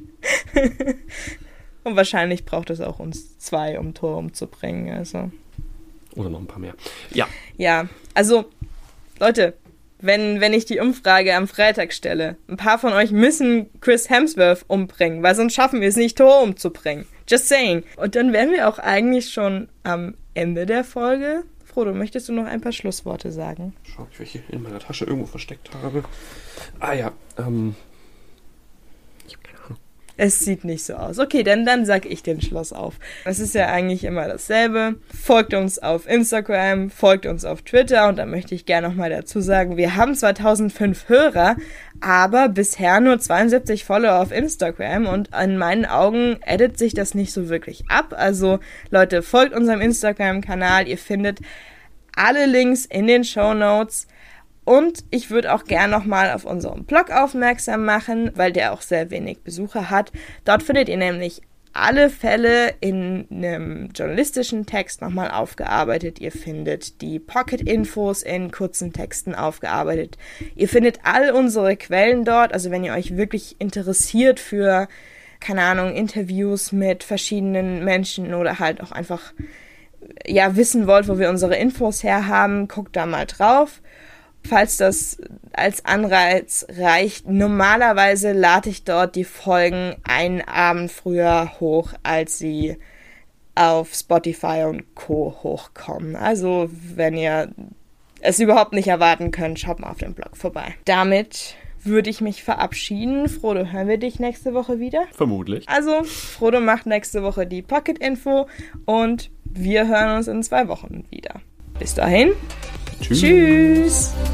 Speaker 1: Und wahrscheinlich braucht es auch uns 2, um Thor umzubringen, also.
Speaker 2: Oder noch ein paar mehr. Ja.
Speaker 1: Ja, also, Leute, wenn ich die Umfrage am Freitag stelle, ein paar von euch müssen Chris Hemsworth umbringen, weil sonst schaffen wir es nicht, Thor umzubringen. Just saying. Und dann wären wir auch eigentlich schon am Ende der Folge. Frodo, möchtest du noch ein paar Schlussworte sagen?
Speaker 2: Schau ich, welche in meiner Tasche irgendwo versteckt habe. Ah ja, ich habe keine Ahnung.
Speaker 1: Es sieht nicht so aus. Okay, dann sag ich den Schluss auf. Es ist ja eigentlich immer dasselbe. Folgt uns auf Instagram, folgt uns auf Twitter und da möchte ich gerne nochmal dazu sagen, wir haben 2005 Hörer, aber bisher nur 72 Follower auf Instagram und in meinen Augen edit sich das nicht so wirklich ab. Also Leute, folgt unserem Instagram-Kanal, ihr findet alle Links in den Shownotes. Und ich würde auch gern nochmal auf unseren Blog aufmerksam machen, weil der auch sehr wenig Besucher hat. Dort findet ihr nämlich alle Fälle in einem journalistischen Text nochmal aufgearbeitet. Ihr findet die Pocket-Infos in kurzen Texten aufgearbeitet. Ihr findet all unsere Quellen dort. Also wenn ihr euch wirklich interessiert für, keine Ahnung, Interviews mit verschiedenen Menschen oder halt auch einfach wissen wollt, wo wir unsere Infos herhaben, guckt da mal drauf. falls das als Anreiz reicht. Normalerweise lade ich dort die Folgen einen Abend früher hoch, als sie auf Spotify und Co. hochkommen. Also, wenn ihr es überhaupt nicht erwarten könnt, schaut mal auf dem Blog vorbei. Damit würde ich mich verabschieden. Frodo, hören wir dich nächste Woche wieder?
Speaker 2: Vermutlich.
Speaker 1: Also, Frodo macht nächste Woche die Pocket-Info und wir hören uns in 2 Wochen wieder. Bis dahin.
Speaker 2: Tschüss.
Speaker 1: Tschüss.